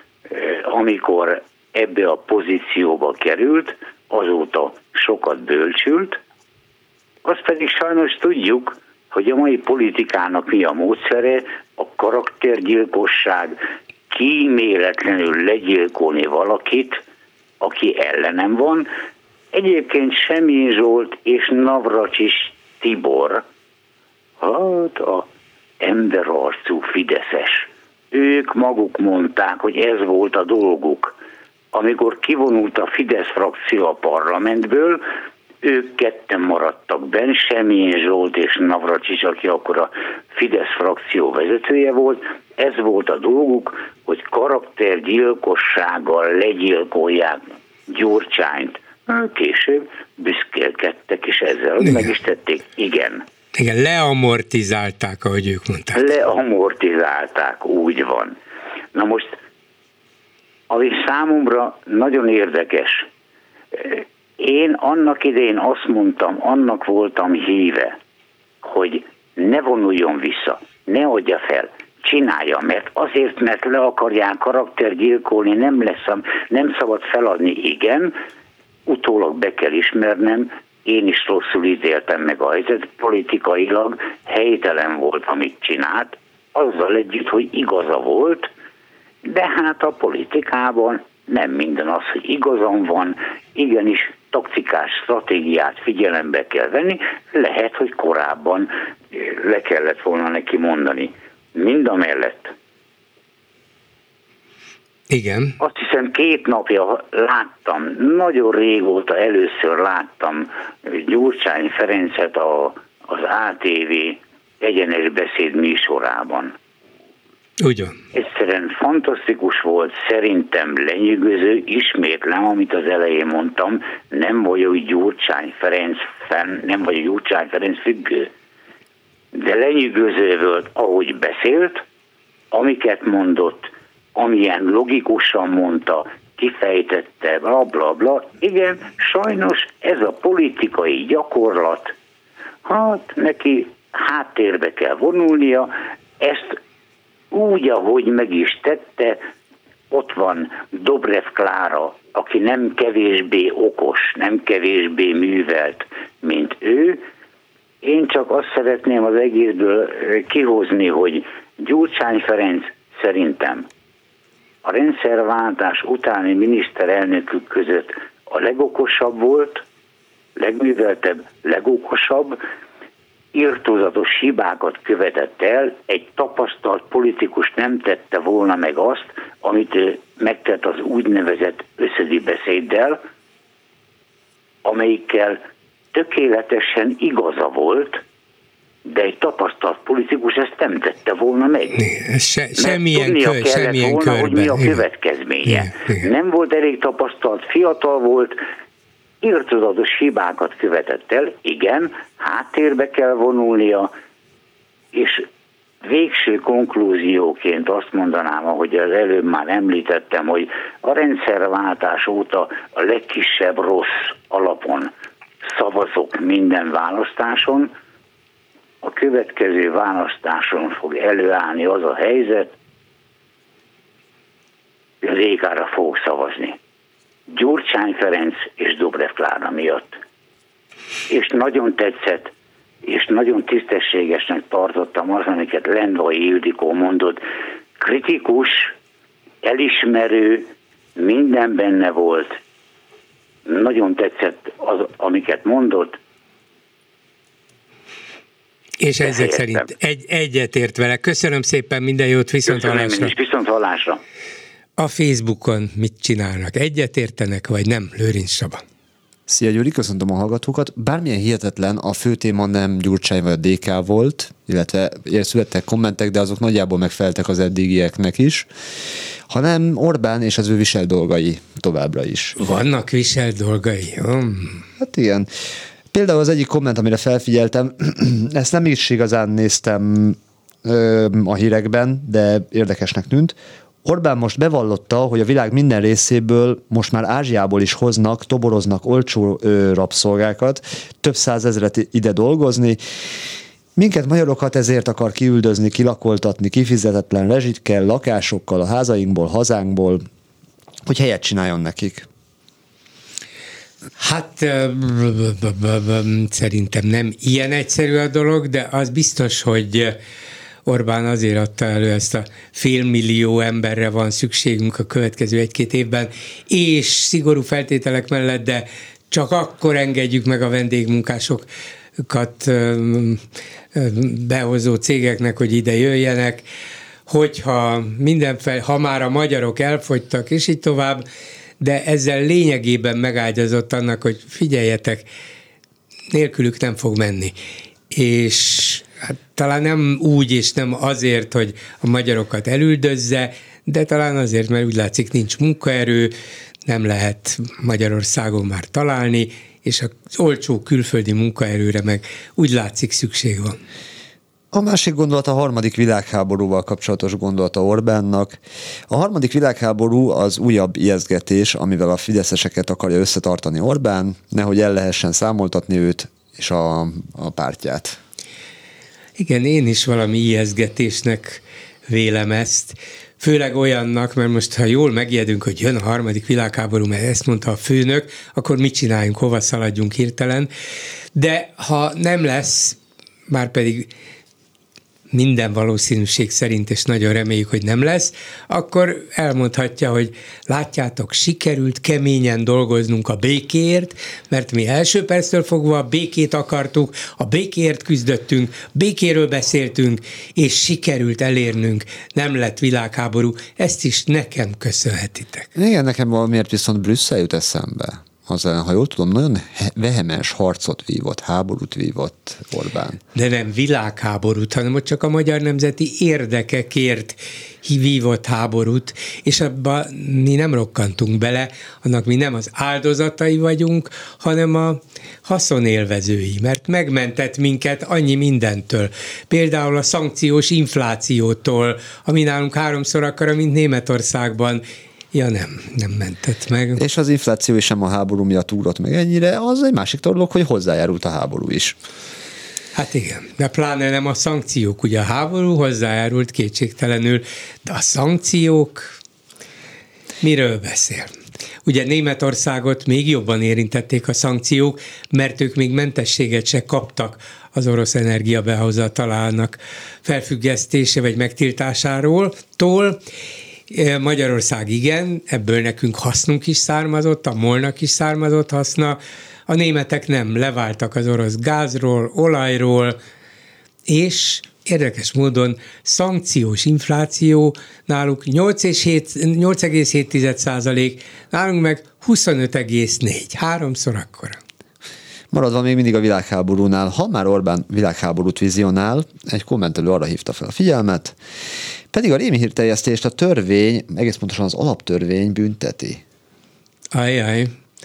amikor ebbe a pozícióba került, azóta sokat bölcsült, Azt pedig sajnos tudjuk, hogy a mai politikának mi a módszere, a karaktergyilkosság, kíméletlenül legyilkolni valakit, aki ellenem van. Egyébként Semjén Zsolt és Navracsics Tibor, hát a emberarcú fideszes, ők maguk mondták, hogy ez volt a dolguk. Amikor kivonult a Fidesz frakció a parlamentből, ők ketten maradtak benn, Semjén Zsolt és Navracsics, aki akkor a Fidesz frakció vezetője volt. Ez volt a dolguk, hogy karaktergyilkossággal legyilkolják Gyurcsányt. Később büszkélkedtek, és ezzel igen. meg is tették. Igen. Igen, leamortizálták, ahogy ők mondták. Leamortizálták, úgy van. Na most, ami számomra nagyon érdekes, én annak idején azt mondtam, annak voltam híve, hogy ne vonuljon vissza, ne adja fel, csinálja, mert azért, mert le akarják karaktergyilkolni, nem lesz, nem szabad feladni, igen, utólag be kell ismernem, én is rosszul ítéltem meg a helyzet, politikailag helytelen volt, amit csinált, azzal együtt, hogy igaza volt, de hát a politikában nem minden az, hogy igazam van, igenis taktikás stratégiát figyelembe kell venni, lehet, hogy korábban le kellett volna neki mondani. Mindamellett. Igen. Azt hiszem két napja láttam, nagyon régóta először láttam Gyurcsány Ferencet a, az á té vé egyenes beszéd műsorában. Ugyan. Egyszerűen fantasztikus volt, szerintem lenyűgöző, ismétlem, amit az elején mondtam, nem vagyok Gyurcsány Ferenc fenn, nem vagyok Gyurcsány Ferenc függő, de lenyűgöző volt, ahogy beszélt, amiket mondott, amilyen logikusan mondta, kifejtette, bla bla bla. Igen, sajnos ez a politikai gyakorlat, hát neki háttérbe kell vonulnia, ezt úgy, ahogy meg is tette, ott van Dobrev Klára, aki nem kevésbé okos, nem kevésbé művelt, mint ő. Én csak azt szeretném az egészből kihozni, hogy Gyurcsány Ferenc szerintem a rendszerváltás utáni miniszterelnökük között a legokosabb volt, legműveltebb, legokosabb, irtózatos hibákat követett el, egy tapasztalt politikus nem tette volna meg azt, amit ő megtett az úgynevezett összödi beszéddel, amelyikkel tökéletesen igaza volt, de egy tapasztalt politikus ezt nem tette volna meg. Se, semmilyen kör, semmilyen volna, körben. Hogy mi a következménye. Igen, igen. Nem volt elég tapasztalt, fiatal volt, irtózatos hibákat követett el, igen, háttérbe kell vonulnia, és végső konklúzióként azt mondanám, ahogy az előbb már említettem, hogy a rendszerváltás óta a legkisebb rossz alapon szavazok minden választáson, a következő választáson fog előállni az a helyzet, hogy az é ká-ra fogok szavazni. Gyurcsány Ferenc és Dobrev Klára miatt. És nagyon tetszett, és nagyon tisztességesnek tartottam az, amiket Lendvai Ildikó mondott. Kritikus, elismerő, minden benne volt. Nagyon tetszett az, amiket mondott. És ezek szerint egy, egyetért vele. Köszönöm szépen, minden jót, viszont hallásra. Viszont hallásra. A Facebookon mit csinálnak? Egyetértenek, vagy nem? Lőrinc Csaba. Szia Gyuri, köszöntöm a hallgatókat. Bármilyen hihetetlen, a fő téma nem Gyurcsány vagy a dé ká volt, illetve születtek kommentek, de azok nagyjából megfeleltek az eddigieknek is, hanem Orbán és az ő visel dolgai továbbra is. Vannak visel dolgai? Hmm. Hát igen. Például az egyik komment, amire felfigyeltem, ezt nem is igazán néztem ö, a hírekben, de érdekesnek tűnt. Orbán most bevallotta, hogy a világ minden részéből most már Ázsiából is hoznak, toboroznak olcsó ö, rabszolgákat, több százezret ide dolgozni. Minket magyarokat ezért akar kiüldözni, kilakoltatni, kifizetetlen rezsikkel, lakásokkal a házainkból, hazánkból, hogy helyet csináljon nekik. Hát szerintem nem ilyen egyszerű a dolog, de az biztos, hogy Orbán azért adta elő ezt a félmillió emberre van szükségünk a következő egy-két évben, és szigorú feltételek mellett, de csak akkor engedjük meg a vendégmunkásokat behozó cégeknek, hogy ide jöjjenek, hogyha mindenféle, ha már a magyarok elfogytak, és így tovább, de ezzel lényegében megágyazott annak, hogy figyeljetek, nélkülük nem fog menni. És hát talán nem úgy, és nem azért, hogy a magyarokat elüldözze, de talán azért, mert úgy látszik, nincs munkaerő, nem lehet Magyarországon már találni, és az olcsó külföldi munkaerőre meg úgy látszik szükség van. A másik gondolat a harmadik világháborúval kapcsolatos gondolata Orbánnak. A harmadik világháború az újabb ijesztgetés, amivel a fideszeseket akarja összetartani Orbán, nehogy el lehessen számoltatni őt és a, a pártját. Igen, én is valami ijesztgetésnek vélem ezt, főleg olyannak, mert most ha jól megijedünk, hogy jön a harmadik világháború, mert ezt mondta a főnök, akkor mit csináljunk, hova szaladjunk hirtelen, de ha nem lesz, már pedig minden valószínűség szerint, és nagyon reméljük, hogy nem lesz, akkor elmondhatja, hogy látjátok, sikerült keményen dolgoznunk a békéért, mert mi első perctől fogva a békét akartuk, a békéért küzdöttünk, békéről beszéltünk, és sikerült elérnünk, nem lett világháború, ezt is nekem köszönhetitek. Igen, nekem valamiért viszont Brüsszel jut eszembe. Az, ha jól tudom, nagyon vehemens harcot vívott, háborút vívott Orbán. De nem világháborút, hanem ott csak a magyar nemzeti érdekekért vívott háborút, és abban mi nem rokkantunk bele, annak mi nem az áldozatai vagyunk, hanem a haszonélvezői, mert megmentett minket annyi mindentől. Például a szankciós inflációtól, ami nálunk háromszor akkora, mint Németországban. Ja nem, nem mentett meg. És az infláció sem a háború miatt ugrott meg ennyire, az egy másik dolog, hogy hozzájárult a háború is. Hát igen, de pláne nem a szankciók, ugye a háború hozzájárult kétségtelenül, de a szankciók miről beszél? Ugye Németországot még jobban érintették a szankciók, mert ők még mentességet se kaptak az orosz energiabehozatalának felfüggesztése vagy megtiltásáról, tól. Magyarország igen, ebből nekünk hasznunk is származott, a MOL-nak is származott haszna, a németek nem, leváltak az orosz gázról, olajról, és érdekes módon szankciós infláció náluk nyolc egész hét százalék, nálunk meg huszonöt egész négy, háromszor akkora. Maradva még mindig a világháborúnál, ha már Orbán világháborút vizionál, egy kommentelő arra hívta fel a figyelmet, pedig a rémhírterjesztést a törvény, egész pontosan az alaptörvény bünteti. Ajjaj.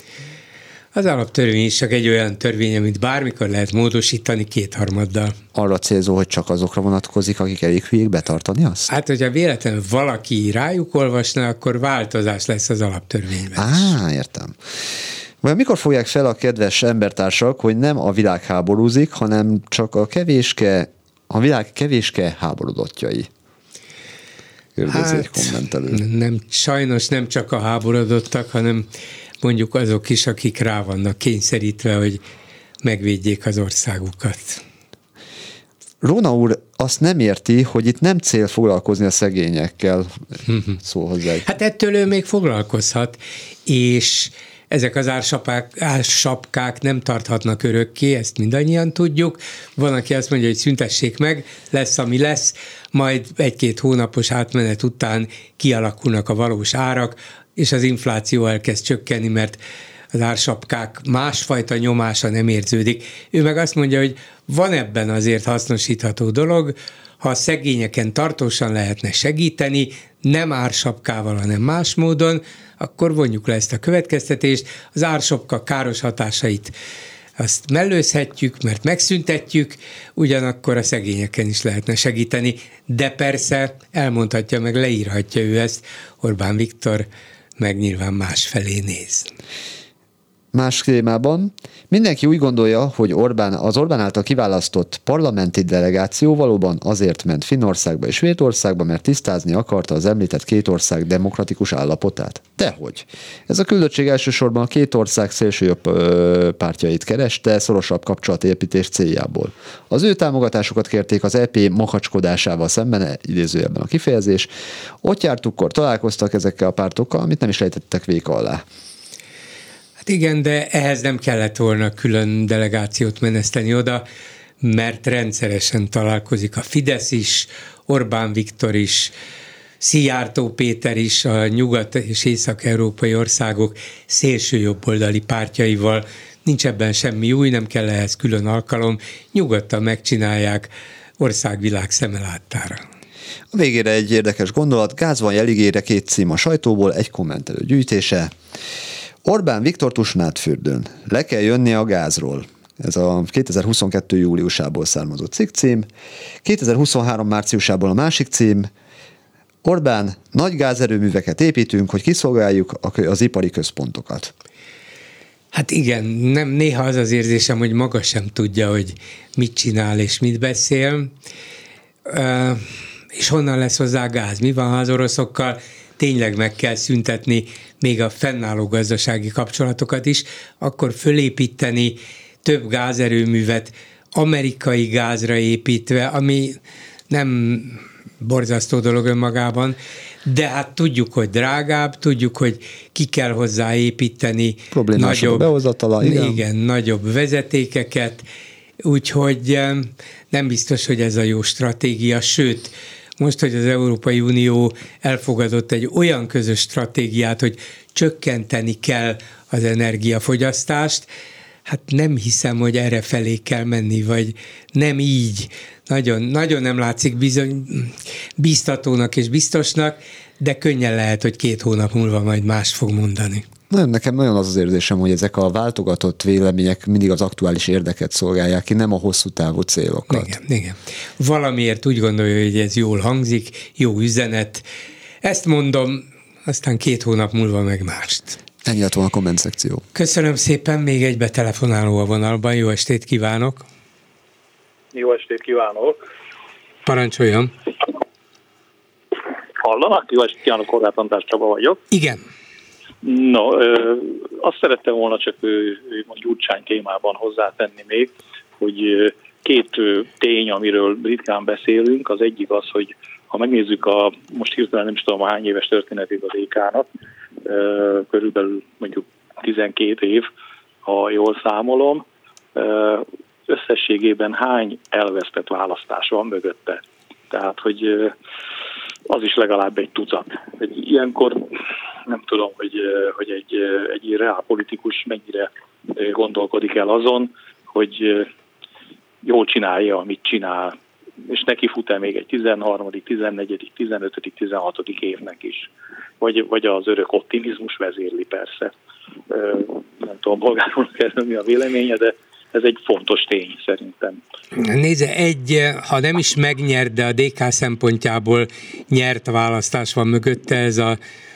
Az alaptörvény is csak egy olyan törvény, amit bármikor lehet módosítani kétharmaddal. Arra célzó, hogy csak azokra vonatkozik, akik elég hülyék betartani azt? Hát, hogyha véletlenül valaki rájuk olvasna, akkor változás lesz az alaptörvényben. Á, értem. Vajon mikor fogják fel a kedves embertársak, hogy nem a világ háborúzik, hanem csak a kevéske, a világ kevéske háborodottjai? Kérdezi hát, egy kommentelő. Nem, sajnos nem csak a háborodottak, hanem mondjuk azok is, akik rá vannak kényszerítve, hogy megvédjék az országukat. Róna úr azt nem érti, hogy itt nem cél foglalkozni a szegényekkel, szól hozzá. Hát ettől ő még foglalkozhat, és ezek az ársapkák, ársapkák nem tarthatnak örökké, ezt mindannyian tudjuk. Van, aki azt mondja, hogy szüntessék meg, lesz, ami lesz, majd egy-két hónapos átmenet után kialakulnak a valós árak, és az infláció elkezd csökkenni, mert az ársapkák másfajta nyomása nem érződik. Ő meg azt mondja, hogy van ebben azért hasznosítható dolog, ha a szegényeken tartósan lehetne segíteni, nem ársapkával, hanem más módon, akkor vonjuk le ezt a következtetést, az ársapka káros hatásait azt mellőzhetjük, mert megszüntetjük, ugyanakkor a szegényeken is lehetne segíteni, de persze elmondhatja, meg leírhatja ő ezt, Orbán Viktor meg nyilván másfelé néz. Más témában mindenki úgy gondolja, hogy Orbán, az Orbán által kiválasztott parlamenti delegáció valóban azért ment Finnországba és Svédországba, mert tisztázni akarta az említett két ország demokratikus állapotát. Dehogy. Ez a küldöttség elsősorban a két ország szélsőjobb pártjait kereste szorosabb kapcsolatépítés céljából. Az ő támogatásukat kérték az é pé makacskodásával szemben, idézőjelben a kifejezés. Ott jártukkor találkoztak ezekkel a pártokkal, amit nem is lejtettek véka alá. Hát igen, de ehhez nem kellett volna külön delegációt meneszteni oda, mert rendszeresen találkozik a Fidesz is, Orbán Viktor is, Szijjártó Péter is, a nyugat- és észak-európai országok szélsőjobboldali pártjaival. Nincs ebben semmi új, nem kell ehhez külön alkalom, nyugodtan megcsinálják országvilág szeme láttára. A végére egy érdekes gondolat, gáz van jeligére, két cím a sajtóból, egy kommentelő gyűjtése. Orbán Viktor Tusnádfürdőn. Le kell jönni a gázról. Ez a kétezer-huszonkettő júliusából származó cikkcím. kétezer-huszonhárom márciusából a másik cím. Orbán, nagy gázerőműveket építünk, hogy kiszolgáljuk az ipari központokat. Hát igen, nem, néha az az érzésem, hogy maga sem tudja, hogy mit csinál és mit beszél. Uh, és honnan lesz hozzá gáz? Mi van, ha az oroszokkal tényleg meg kell szüntetni még a fennálló gazdasági kapcsolatokat is, akkor fölépíteni több gázerőművet amerikai gázra építve, ami nem borzasztó dolog önmagában, de hát tudjuk, hogy drágább, tudjuk, hogy ki kell hozzá építeni nagyobb, behozatala, igen. igen, nagyobb vezetékeket, úgyhogy nem biztos, hogy ez a jó stratégia, sőt, most, hogy az Európai Unió elfogadott egy olyan közös stratégiát, hogy csökkenteni kell az energiafogyasztást, hát nem hiszem, hogy erre felé kell menni, vagy nem így. Nagyon, nagyon nem látszik bizony biztatónak és biztosnak, de könnyen lehet, hogy két hónap múlva majd más fog mondani. Nem, nekem nagyon az az érzésem, hogy ezek a váltogatott vélemények mindig az aktuális érdeket szolgálják ki, nem a hosszú távú célokat. Igen, igen. Valamiért úgy gondolja, hogy ez jól hangzik, jó üzenet. Ezt mondom, aztán két hónap múlva meg mást. Ennyi lett volna a komment szekció. Köszönöm szépen, még egy betelefonáló a vonalban. Jó estét kívánok! Jó estét kívánok! Parancsoljon! Hallanak? Jó estét kívánok, Horváth András Csaba vagyok. Igen. No, ö, azt szerettem volna csak ő, a Gyurcsány témában hozzátenni még, hogy két tény, amiről ritkán beszélünk, az egyik az, hogy ha megnézzük a, most hirtelen nem is tudom hány éves történetét az é ká-nak, ö, körülbelül mondjuk tizenkét év, ha jól számolom, ö, összességében hány elvesztett választás van mögötte. Tehát, hogy az is legalább egy tucat. Ilyenkor nem tudom, hogy, hogy egy, egy reálpolitikus mennyire gondolkodik el azon, hogy jól csinálja, amit csinál, és neki fut-e még egy tizenharmadik, tizennegyedik, tizenötödik, tizenhatodik évnek is. Vagy, vagy az örök optimizmus vezérli persze. Nem tudom, bolgárul erről mi a véleménye, de ez egy fontos tény szerintem. Nézze, egy, ha nem is megnyert, de a dé ká szempontjából nyert választás van mögötte, ez a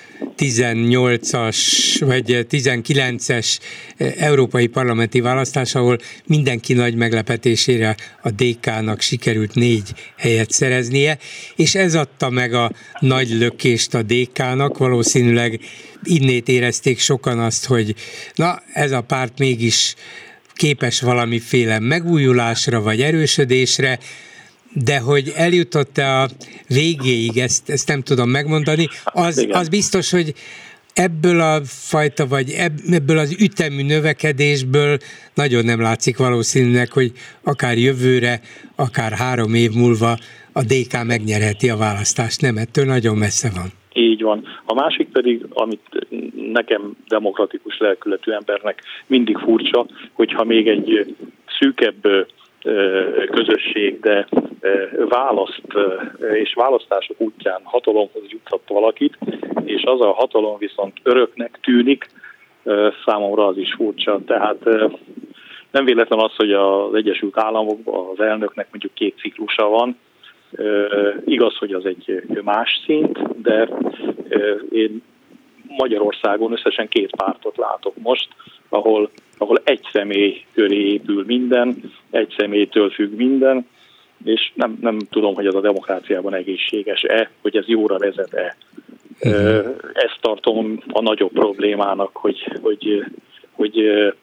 tizennyolcas vagy tizenkilences európai parlamenti választás, ahol mindenki nagy meglepetésére a dé ká-nak sikerült négy helyet szereznie, és ez adta meg a nagy lökést a dé ká-nak, valószínűleg innét érezték sokan azt, hogy na, ez a párt mégis képes valamiféle megújulásra vagy erősödésre, de hogy eljutott-e a végéig, ezt, ezt nem tudom megmondani, az, az biztos, hogy ebből a fajta, vagy ebből az ütemű növekedésből nagyon nem látszik valószínűleg, hogy akár jövőre, akár három év múlva a dé ká megnyerheti a választást. Nem, ettől nagyon messze van. Így van. A másik pedig, amit nekem demokratikus lelkületű embernek mindig furcsa, hogyha még egy szűkebb közösség, de választ és választások útján hatalomhoz juthat valakit, és az a hatalom viszont öröknek tűnik, számomra az is furcsa. Tehát nem véletlen az, hogy az Egyesült Államokban az elnöknek mondjuk két ciklusa van. Igaz, hogy az egy más szint, de én Magyarországon összesen két pártot látok most, ahol, ahol egy személy köré épül minden, egy személytől függ minden, és nem, nem tudom, hogy ez a demokráciában egészséges-e, hogy ez jóra vezet-e. Uh-huh. Ezt tartom a nagyobb problémának, hogy, hogy, hogy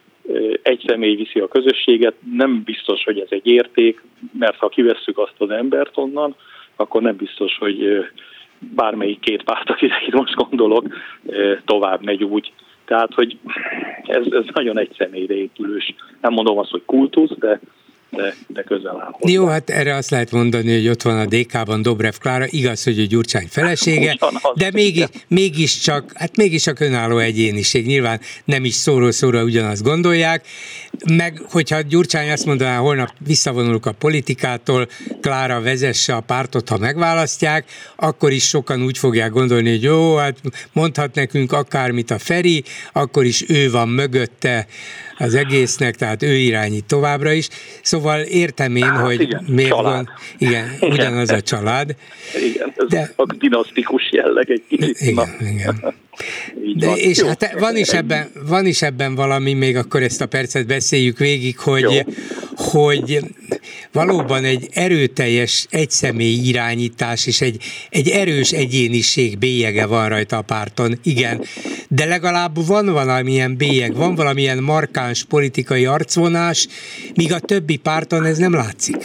egy személy viszi a közösséget, nem biztos, hogy ez egy érték, mert ha kivesszük azt az embert onnan, akkor nem biztos, hogy bármelyik két párt, akire itt most gondolok, tovább megy úgy. Tehát, hogy ez, ez nagyon egy személyre épülős. Nem mondom azt, hogy kultusz, de De, de közel áll hozzá. Jó, hát erre azt lehet mondani, hogy ott van a dé ká-ban Dobrev Klára, igaz, hogy a Gyurcsány felesége, de mégis, mégiscsak, hát mégiscsak önálló egyéniség, nyilván nem is szóról szóra ugyanazt gondolják, meg hogyha Gyurcsány azt mondaná, holnap visszavonulok a politikától, Klára vezesse a pártot, ha megválasztják, akkor is sokan úgy fogják gondolni, hogy jó, hát mondhat nekünk akármit a Feri, akkor is ő van mögötte az egésznek, tehát ő irányít továbbra is. Szóval értem én, hát, hogy igen, miért család. van, igen, ugyanaz a család. Igen, ez de, a dinasztikus jelleg egy kicsit. Igen, igen. De, és jó, hát van is, ebben, van is ebben valami, még akkor ezt a percet beszéljük végig, hogy, hogy valóban egy erőteljes egyszemély irányítás és egy, egy erős egyéniség bélyege van rajta a párton, igen, de legalább van valamilyen bélyeg, van valamilyen markáns politikai arcvonás, míg a többi párton ez nem látszik.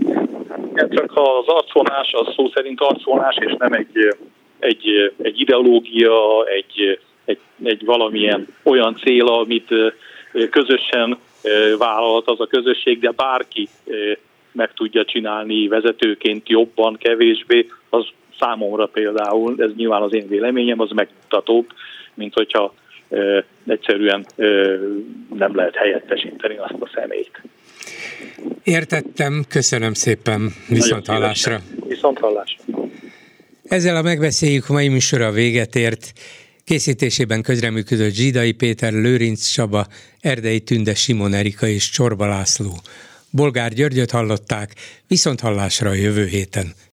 Csak ha az arcvonás, az szó szerint arcvonás, és nem egy Egy, egy ideológia, egy, egy, egy valamilyen olyan cél, amit közösen vállalhat az a közösség, de bárki meg tudja csinálni vezetőként jobban, kevésbé, az számomra például, ez nyilván az én véleményem, az megmutatóbb, mint hogyha egyszerűen nem lehet helyettesíteni azt a személyt. Értettem, köszönöm szépen, viszont hallásra. Viszont hallásra. Ezzel a megbeszéljük mai műsora véget ért. Készítésében közreműködött Zsidai Péter, Lőrinc Csaba, Erdei Tünde, Simon Erika és Csorba László. Bolgár Györgyöt hallották, viszont hallásra a jövő héten.